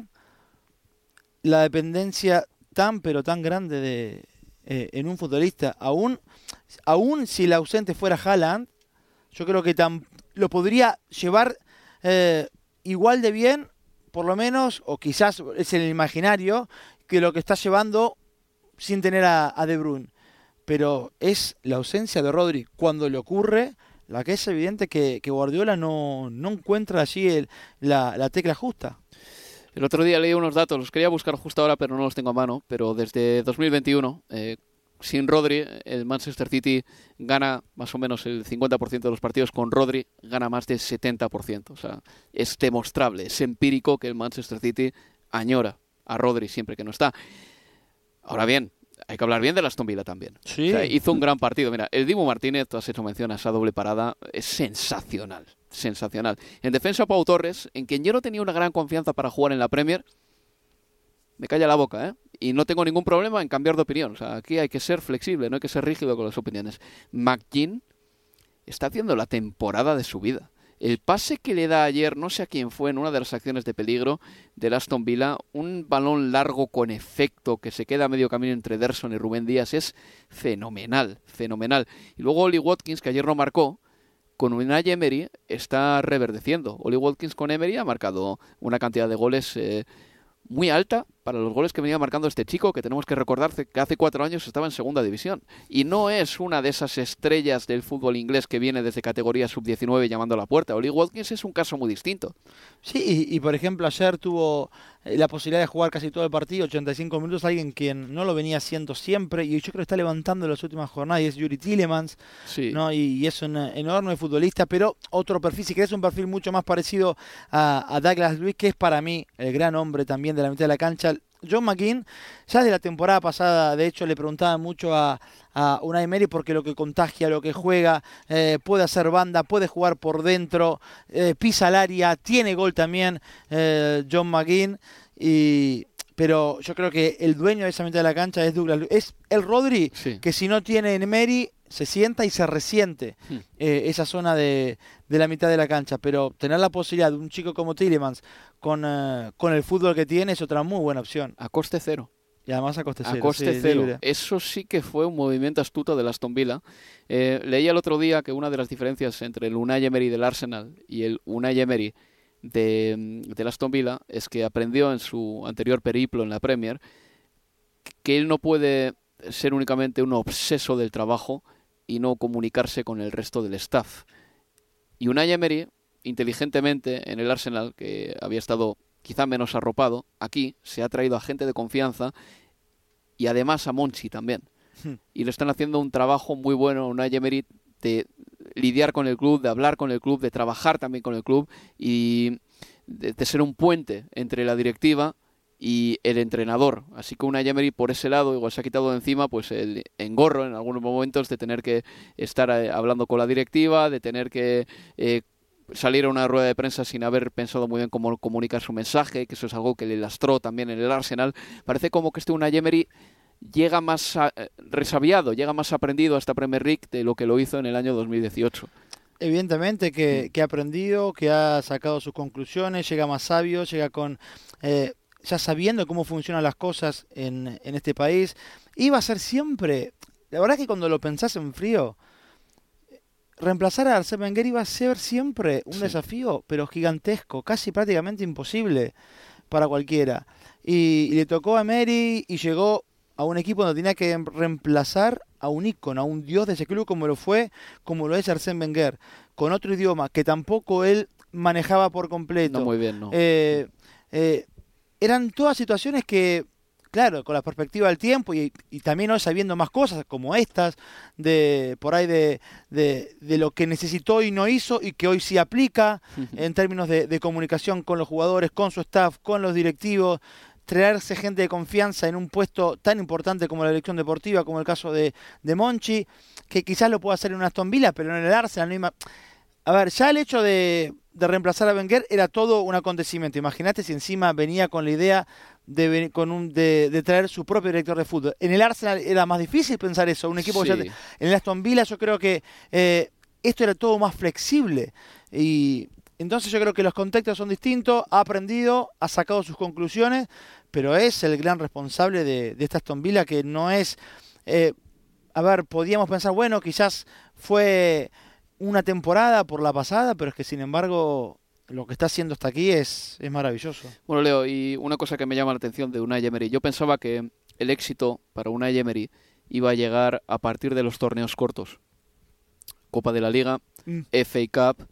la dependencia tan pero tan grande de eh, en un futbolista. Aún, aún si el ausente fuera Haaland, yo creo que tan, lo podría llevar eh, igual de bien, por lo menos, o quizás es el imaginario, que lo que está llevando sin tener a, a De Bruyne. Pero es la ausencia de Rodri cuando le ocurre, la que es evidente que, que Guardiola no, no encuentra allí el, la, la tecla justa. El otro día leí unos datos, los quería buscar justo ahora, pero no los tengo a mano. Pero desde dos mil veintiuno, eh, sin Rodri, el Manchester City gana más o menos el cincuenta por ciento de los partidos. Con Rodri gana más del setenta por ciento. O sea, es demostrable, es empírico que el Manchester City añora a Rodri siempre que no está. Ahora bien, hay que hablar bien del Aston Villa también. Sí. O sea, hizo un gran partido. Mira, el Dibu Martínez, tú has hecho mención a esa doble parada, es sensacional, sensacional. En defensa, Pau Torres, en quien yo no tenía una gran confianza para jugar en la Premier, me calla la boca, ¿eh? Y no tengo ningún problema en cambiar de opinión. O sea, aquí hay que ser flexible, no hay que ser rígido con las opiniones. McGinn está haciendo la temporada de su vida. El pase que le da ayer, no sé a quién fue, en una de las acciones de peligro del Aston Villa, un balón largo con efecto que se queda a medio camino entre Ederson y Rubén Díaz, es fenomenal, fenomenal. Y luego Oli Watkins, que ayer no marcó, con Unai Emery está reverdeciendo. Oli Watkins con Emery ha marcado una cantidad de goles eh, muy alta para los goles que venía marcando este chico, que tenemos que recordar que hace cuatro años estaba en segunda división. Y no es una de esas estrellas del fútbol inglés que viene desde categoría sub diecinueve llamando a la puerta. Oli Watkins es un caso muy distinto. Sí, y, y por ejemplo ayer tuvo la posibilidad de jugar casi todo el partido, ochenta y cinco minutos, alguien quien no lo venía haciendo siempre, y yo creo que está levantando en las últimas jornadas, y es Yuri Tielemans, sí. ¿no? y, y es un enorme futbolista, pero otro perfil, si querés un perfil mucho más parecido a, a Douglas Luiz, que es para mí el gran hombre también de la mitad de la cancha. John McGinn, ya de la temporada pasada, de hecho, le preguntaba mucho a, a Unai Emery porque lo que contagia, lo que juega, eh, puede hacer banda, puede jugar por dentro, eh, pisa el área, tiene gol también eh, John McGinn, y... pero yo creo que el dueño de esa mitad de la cancha es Douglas Luiz. Es el Rodri, sí, que si no tiene Emery, se sienta y se resiente hmm. eh, esa zona de, de la mitad de la cancha. Pero tener la posibilidad de un chico como Tielemans con, uh, con el fútbol que tiene es otra muy buena opción. A coste cero. Y además a coste cero. A coste sí, cero. Libre. Eso sí que fue un movimiento astuto del Aston Villa. Eh, leía el otro día que una de las diferencias entre el Unai Emery del Arsenal y el Unai Emery de, del Aston Villa es que aprendió en su anterior periplo en la Premier que él no puede ser únicamente un obseso del trabajo y no comunicarse con el resto del staff. Y Unai Emery, inteligentemente en el Arsenal, que había estado quizá menos arropado, aquí se ha traído a gente de confianza y además a Monchi también. Hmm. Y le están haciendo un trabajo muy bueno a Unai Emery de lidiar con el club, de hablar con el club, de trabajar también con el club y de, de ser un puente entre la directiva y el entrenador. Así que Unai Emery por ese lado igual se ha quitado de encima pues el engorro en algunos momentos de tener que estar eh, hablando con la directiva, de tener que eh, salir a una rueda de prensa sin haber pensado muy bien cómo comunicar su mensaje, que eso es algo que le lastró también en el Arsenal. Parece como que este Unai Emery llega más a, eh, resabiado, llega más aprendido a esta Premier League de lo que lo hizo en el año dos mil dieciocho. Evidentemente que, que ha aprendido, que ha sacado sus conclusiones, llega más sabio, llega con eh, ya sabiendo cómo funcionan las cosas en, en este país. Iba a ser siempre, la verdad es que cuando lo pensás en frío, reemplazar a Arsène Wenger iba a ser siempre un sí. desafío, pero gigantesco, casi prácticamente imposible para cualquiera. Y, y le tocó a Emery y llegó a un equipo donde tenía que reemplazar a un ícono, a un dios de ese club como lo fue, como lo es Arsène Wenger, con otro idioma que tampoco él manejaba por completo. No muy bien, no. Eh, eh, eran todas situaciones que, claro, con la perspectiva del tiempo y, y también hoy sabiendo más cosas como estas, de por ahí de, de, de lo que necesitó y no hizo y que hoy sí aplica en términos de, de comunicación con los jugadores, con su staff, con los directivos, traerse gente de confianza en un puesto tan importante como la dirección deportiva, como el caso de, de Monchi, que quizás lo pueda hacer en un Aston Villa, pero en el Arsenal no hay más. A ver, ya el hecho de, de reemplazar a Wenger era todo un acontecimiento. Imagínate si encima venía con la idea de, con un, de, de traer su propio director de fútbol. En el Arsenal era más difícil pensar eso. Un equipo sí. que ya te, en el Aston Villa yo creo que eh, esto era todo más flexible. Y entonces yo creo que los contextos son distintos. Ha aprendido, ha sacado sus conclusiones, pero es el gran responsable de, de esta Aston Villa que no es... Eh, a ver, podíamos pensar, bueno, quizás fue una temporada por la pasada, pero es que sin embargo lo que está haciendo hasta aquí es, es maravilloso. Bueno, Leo, y una cosa que me llama la atención de Unai Emery, yo pensaba que el éxito para Unai Emery iba a llegar a partir de los torneos cortos. Copa de la Liga, mm. F A Cup,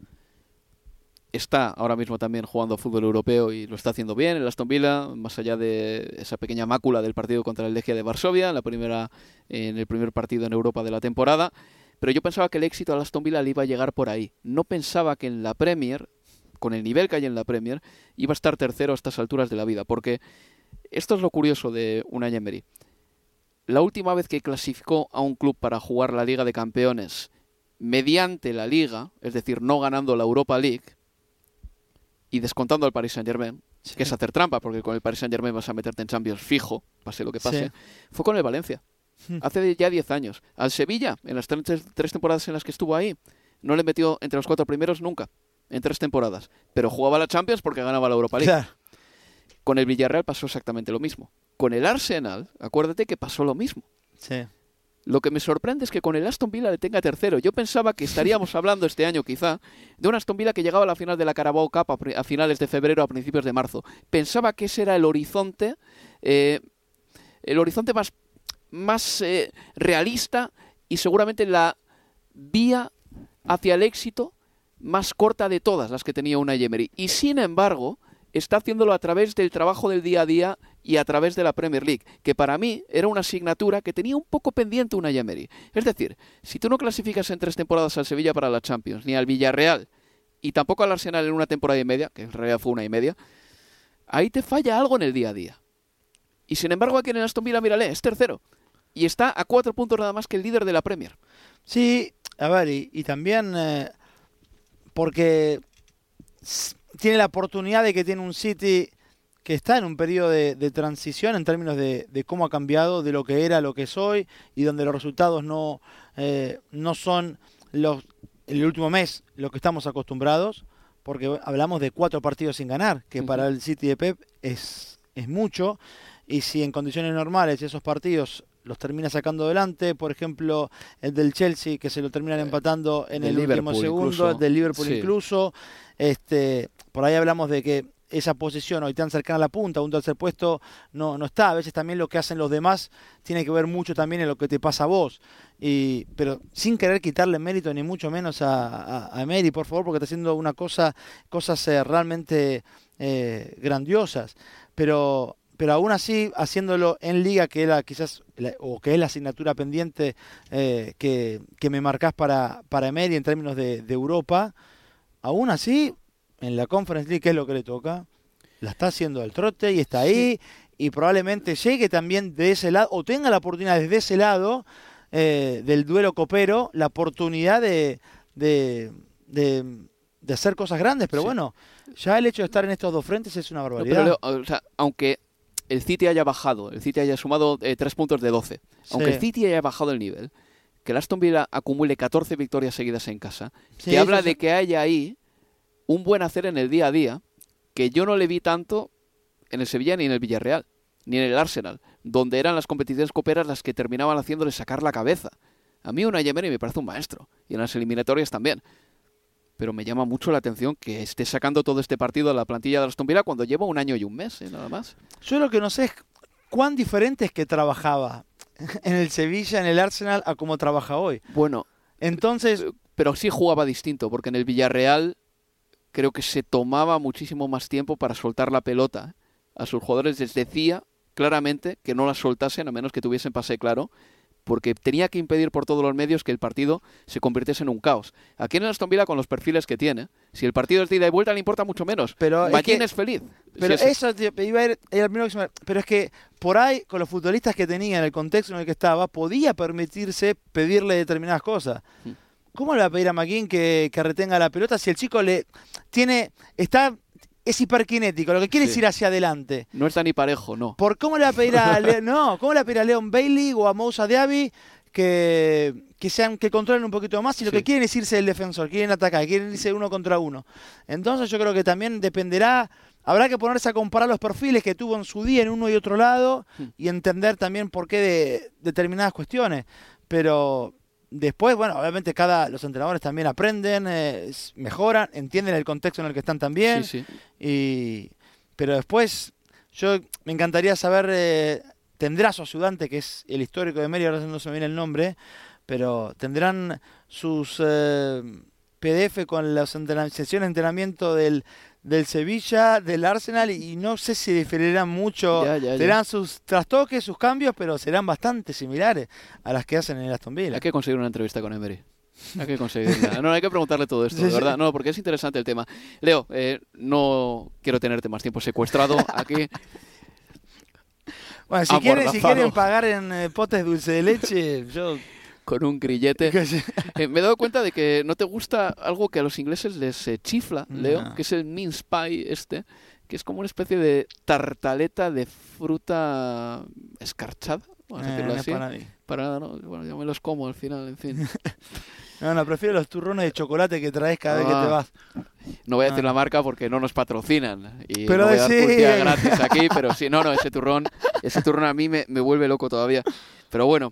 está ahora mismo también jugando fútbol europeo y lo está haciendo bien el Aston Villa, más allá de esa pequeña mácula del partido contra el Legia de Varsovia, en, la primera, en el primer partido en Europa de la temporada. Pero yo pensaba que el éxito al Aston Villa le iba a llegar por ahí. No pensaba que en la Premier, con el nivel que hay en la Premier, iba a estar tercero a estas alturas de la vida. Porque esto es lo curioso de Unai Emery. La última vez que clasificó a un club para jugar la Liga de Campeones mediante la Liga, es decir, no ganando la Europa League, y descontando al Paris Saint-Germain, sí. que es hacer trampa, porque con el Paris Saint-Germain vas a meterte en Champions fijo, pase lo que pase, sí. fue con el Valencia. Hace ya diez años. Al Sevilla, en las tres, tres temporadas en las que estuvo ahí, no le metió entre los cuatro primeros nunca, en tres temporadas. Pero jugaba la Champions porque ganaba la Europa League. Claro. Con el Villarreal pasó exactamente lo mismo. Con el Arsenal, acuérdate que pasó lo mismo. Sí. Lo que me sorprende es que con el Aston Villa le tenga tercero. Yo pensaba que estaríamos hablando este año quizá de un Aston Villa que llegaba a la final de la Carabao Cup a, a finales de febrero, a principios de marzo. Pensaba que ese era el horizonte, eh, el horizonte más... más eh, realista y seguramente la vía hacia el éxito más corta de todas las que tenía Unai Emery. Y sin embargo, está haciéndolo a través del trabajo del día a día y a través de la Premier League, que para mí era una asignatura que tenía un poco pendiente Unai Emery. Es decir, si tú no clasificas en tres temporadas al Sevilla para la Champions, ni al Villarreal, y tampoco al Arsenal en una temporada y media, que en realidad fue una y media, ahí te falla algo en el día a día. Y sin embargo aquí en el Aston Villa, mírale, es tercero. Y está a cuatro puntos nada más que el líder de la Premier. Sí, a ver, y, y también eh, porque tiene la oportunidad de que tiene un City que está en un periodo de, de transición en términos de, de cómo ha cambiado de lo que era a lo que es hoy, y donde los resultados no, eh, no son los el último mes lo que estamos acostumbrados, porque hablamos de cuatro partidos sin ganar, que uh-huh. para el City de Pep es, es mucho, y si en condiciones normales esos partidos los termina sacando adelante, por ejemplo el del Chelsea que se lo terminan empatando en el último segundo, el del Liverpool sí. incluso, este, por ahí hablamos de que esa posición hoy tan cercana a la punta, un tercer puesto no, no está. A veces también lo que hacen los demás tiene que ver mucho también en lo que te pasa a vos, y, pero sin querer quitarle mérito ni mucho menos a, a, a Emery, por favor, porque está haciendo una cosa, cosas eh, realmente eh, grandiosas, pero pero aún así haciéndolo en liga, que era quizás la, o que es la asignatura pendiente eh, que, que me marcás para, para Emery en términos de, de Europa, aún así en la Conference League, que es lo que le toca, la está haciendo al trote y está ahí, sí. Y probablemente llegue también de ese lado, o tenga la oportunidad desde ese lado eh, del duelo copero, la oportunidad de, de, de, de hacer cosas grandes, pero sí. Bueno, ya el hecho de estar en estos dos frentes es una barbaridad. No, pero, o sea, aunque el City haya bajado, el City haya sumado eh, tres puntos de doce, sí. Aunque el City haya bajado el nivel, que el Aston Villa acumule catorce victorias seguidas en casa, sí, que habla de sí. que haya ahí un buen hacer en el día a día, que yo no le vi tanto en el Sevilla ni en el Villarreal, ni en el Arsenal, donde eran las competiciones coperas las que terminaban haciéndole sacar la cabeza. A mí Unai Emery me parece un maestro, y en las eliminatorias también. Pero me llama mucho la atención que esté sacando todo este partido a la plantilla de Aston Villa cuando lleva un año y un mes, ¿eh? Nada más. Yo lo que no sé es cuán diferente es que trabajaba en el Sevilla, en el Arsenal, a cómo trabaja hoy. Bueno, entonces, pero sí jugaba distinto, porque en el Villarreal creo que se tomaba muchísimo más tiempo para soltar la pelota. A sus jugadores les decía claramente que no la soltasen a menos que tuviesen pase claro, porque tenía que impedir por todos los medios que el partido se convirtiese en un caos. Aquí en el Aston Villa, con los perfiles que tiene, si el partido es de ida y vuelta le importa mucho menos. Pero McGinn es, que, es feliz. Pero si eso, tío, iba a ir, era el primero que se me, pero es que por ahí, con los futbolistas que tenía, en el contexto en el que estaba, podía permitirse pedirle determinadas cosas. Hmm. ¿Cómo le va a pedir a McGinn que, que retenga la pelota si el chico le tiene está es hiperkinético, lo que quiere sí. es ir hacia adelante? No está ni parejo, no. ¿Por cómo le va a pedir a Le, no, cómo le va a pedir a Leon Bailey o a Moussa Diaby que que sean que controlen un poquito más si lo sí. que quieren es irse del defensor, quieren atacar, quieren irse uno contra uno? Entonces yo creo que también dependerá, habrá que ponerse a comparar los perfiles que tuvo en su día en uno y otro lado hmm. y entender también por qué de determinadas cuestiones, pero después, bueno, obviamente cada los entrenadores también aprenden, eh, mejoran, entienden el contexto en el que están también. Sí, sí. Y, pero después, yo me encantaría saber, eh, tendrá su ayudante, que es el histórico de Emery, ahora no se me viene el nombre, pero tendrán sus eh, P D F con las sesiones de entrenamiento del, del Sevilla, del Arsenal, y no sé si diferirán mucho, ya, ya, serán ya. sus trastoques, sus cambios, pero serán bastante similares a las que hacen en el Aston Villa. Hay que conseguir una entrevista con Emery. Hay que conseguirla. No, hay que preguntarle todo esto, sí, de verdad. Sí. No, porque es interesante el tema. Leo, eh, no quiero tenerte más tiempo secuestrado aquí. Bueno, si quieren, si quieren pagar en eh, potes dulce de leche, yo... Con un grillete. Eh, me he dado cuenta de que no te gusta algo que a los ingleses les eh, chifla, Leo, no. que es el mince pie este, que es como una especie de tartaleta de fruta escarchada, vamos a decirlo eh, no así. Es para nadie. Para nada, no. Bueno, yo me los como al final, en fin. No, no, prefiero los turrones de chocolate que traes cada ah, vez que te vas. No voy a decir ah. la marca porque no nos patrocinan. Y pero no voy a dar sí. publicidad gratis aquí, pero sí, no, no, ese turrón, ese turrón a mí me, me vuelve loco todavía. Pero bueno,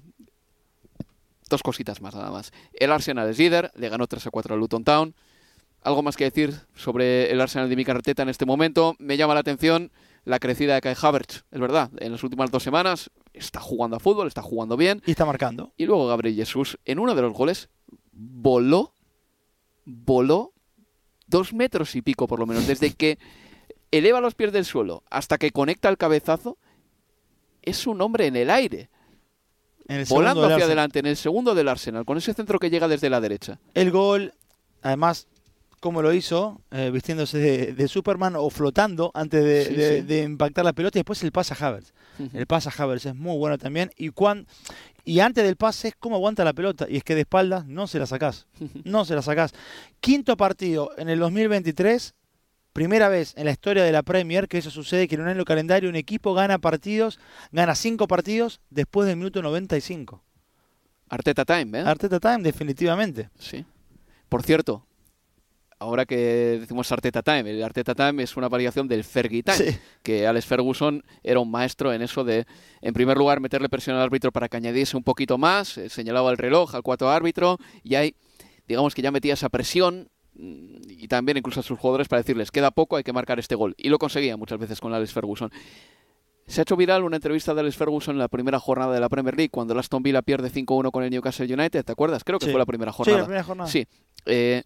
dos cositas más nada más. El Arsenal es líder, le ganó tres a cuatro al Luton Town. Algo más que decir sobre el Arsenal de Mikel Arteta en este momento. Me llama la atención la crecida de Kai Havertz, es verdad. En las últimas dos semanas está jugando a fútbol, está jugando bien. Y está marcando. Y luego Gabriel Jesús, en uno de los goles, voló, voló dos metros y pico por lo menos. Desde que eleva los pies del suelo hasta que conecta el cabezazo, es un hombre en el aire. En el volando hacia adelante en el segundo del Arsenal, con ese centro que llega desde la derecha. El gol, además, cómo lo hizo, eh, vistiéndose de, de Superman o flotando antes de, Sí, de, sí. de impactar la pelota, y después el pase a Havertz. Ujú. El pase a Havertz es muy bueno también, y cuan, y antes del pase es cómo aguanta la pelota, y es que de espaldas no se la sacás, no se la sacás. Quinto partido en el dos mil veintitrés, primera vez en la historia de la Premier que eso sucede, que en un año calendario un equipo gana partidos, gana cinco partidos después del minuto noventa y cinco. Arteta Time, ¿eh? Arteta Time, definitivamente. Sí. Por cierto, ahora que decimos Arteta Time, el Arteta Time es una variación del Fergie Time, Sí. que Alex Ferguson era un maestro en eso de, en primer lugar, meterle presión al árbitro para que añadiese un poquito más, eh, señalaba el reloj al cuarto árbitro, y ahí, digamos que ya metía esa presión, mm, y también incluso a sus jugadores para decirles, queda poco, hay que marcar este gol. Y lo conseguía muchas veces con Alex Ferguson. Se ha hecho viral una entrevista de Alex Ferguson en la primera jornada de la Premier League, cuando el Aston Villa pierde cinco uno con el Newcastle United, ¿te acuerdas? Creo que Sí. fue la primera Sí, jornada. la primera jornada. Sí. Eh,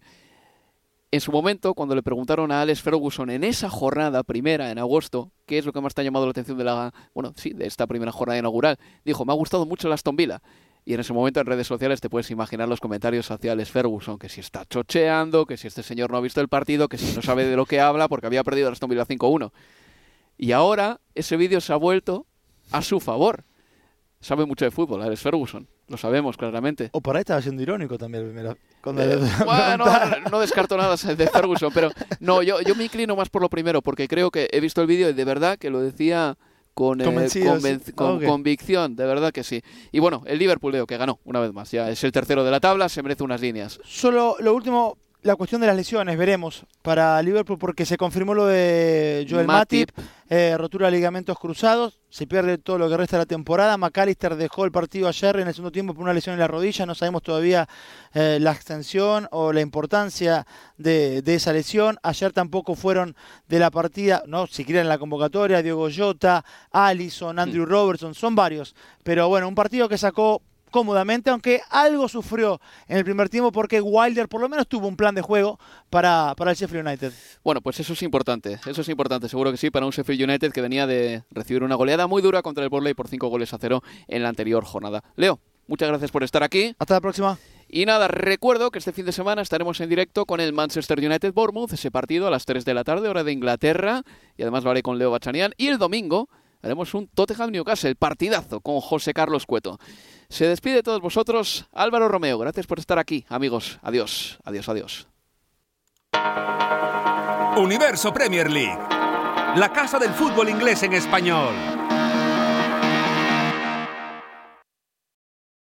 en su momento, cuando le preguntaron a Alex Ferguson en esa jornada primera, en agosto, qué es lo que más te ha llamado la atención de la, bueno, sí, de esta primera jornada inaugural, dijo, me ha gustado mucho el Aston Villa. Y en ese momento en redes sociales te puedes imaginar los comentarios hacia Alex Ferguson, que si está chocheando, que si este señor no ha visto el partido, que si no sabe de lo que habla porque había perdido el Aston Villa cinco uno. Y ahora ese vídeo se ha vuelto a su favor. Sabe mucho de fútbol, Alex Ferguson. Lo sabemos claramente. O por ahí estaba siendo irónico también. Primero, cuando Eh, le bueno, preguntaron. no, no descarto nada de Ferguson, pero no, yo, yo me inclino más por lo primero, porque creo que he visto el vídeo y de verdad que lo decía con, eh, Convencido, conven- sí. con Ok. convicción, de verdad que sí. Y bueno, el Liverpool, Leo, que ganó una vez más. Ya es el tercero de la tabla, se merece unas líneas. Solo lo último, la cuestión de las lesiones, veremos para Liverpool, porque se confirmó lo de Joel Matip, Matip. eh, rotura de ligamentos cruzados, se pierde todo lo que resta de la temporada. McAllister dejó el partido ayer en el segundo tiempo por una lesión en la rodilla, no sabemos todavía eh, la extensión o la importancia de, de esa lesión. Ayer tampoco fueron de la partida, no siquiera en la convocatoria, Diogo Jota, Alisson, Andrew Mm. Robertson, son varios, pero bueno, un partido que sacó cómodamente, aunque algo sufrió en el primer tiempo porque Wilder por lo menos tuvo un plan de juego para, para el Sheffield United. Bueno, pues eso es importante, eso es importante, seguro que sí, para un Sheffield United que venía de recibir una goleada muy dura contra el Burnley por cinco goles a cero en la anterior jornada. Leo, muchas gracias por estar aquí. Hasta la próxima. Y nada, recuerdo que este fin de semana estaremos en directo con el Manchester United Bournemouth, ese partido a las tres de la tarde, hora de Inglaterra, y además lo haré con Leo Bachanian. Y el domingo haremos un Tottenham Newcastle, partidazo con José Carlos Cueto. Se despide de todos vosotros Álvaro Romeo. Gracias por estar aquí, amigos. Adiós, adiós, adiós. Universo Premier League, la casa del fútbol inglés en español.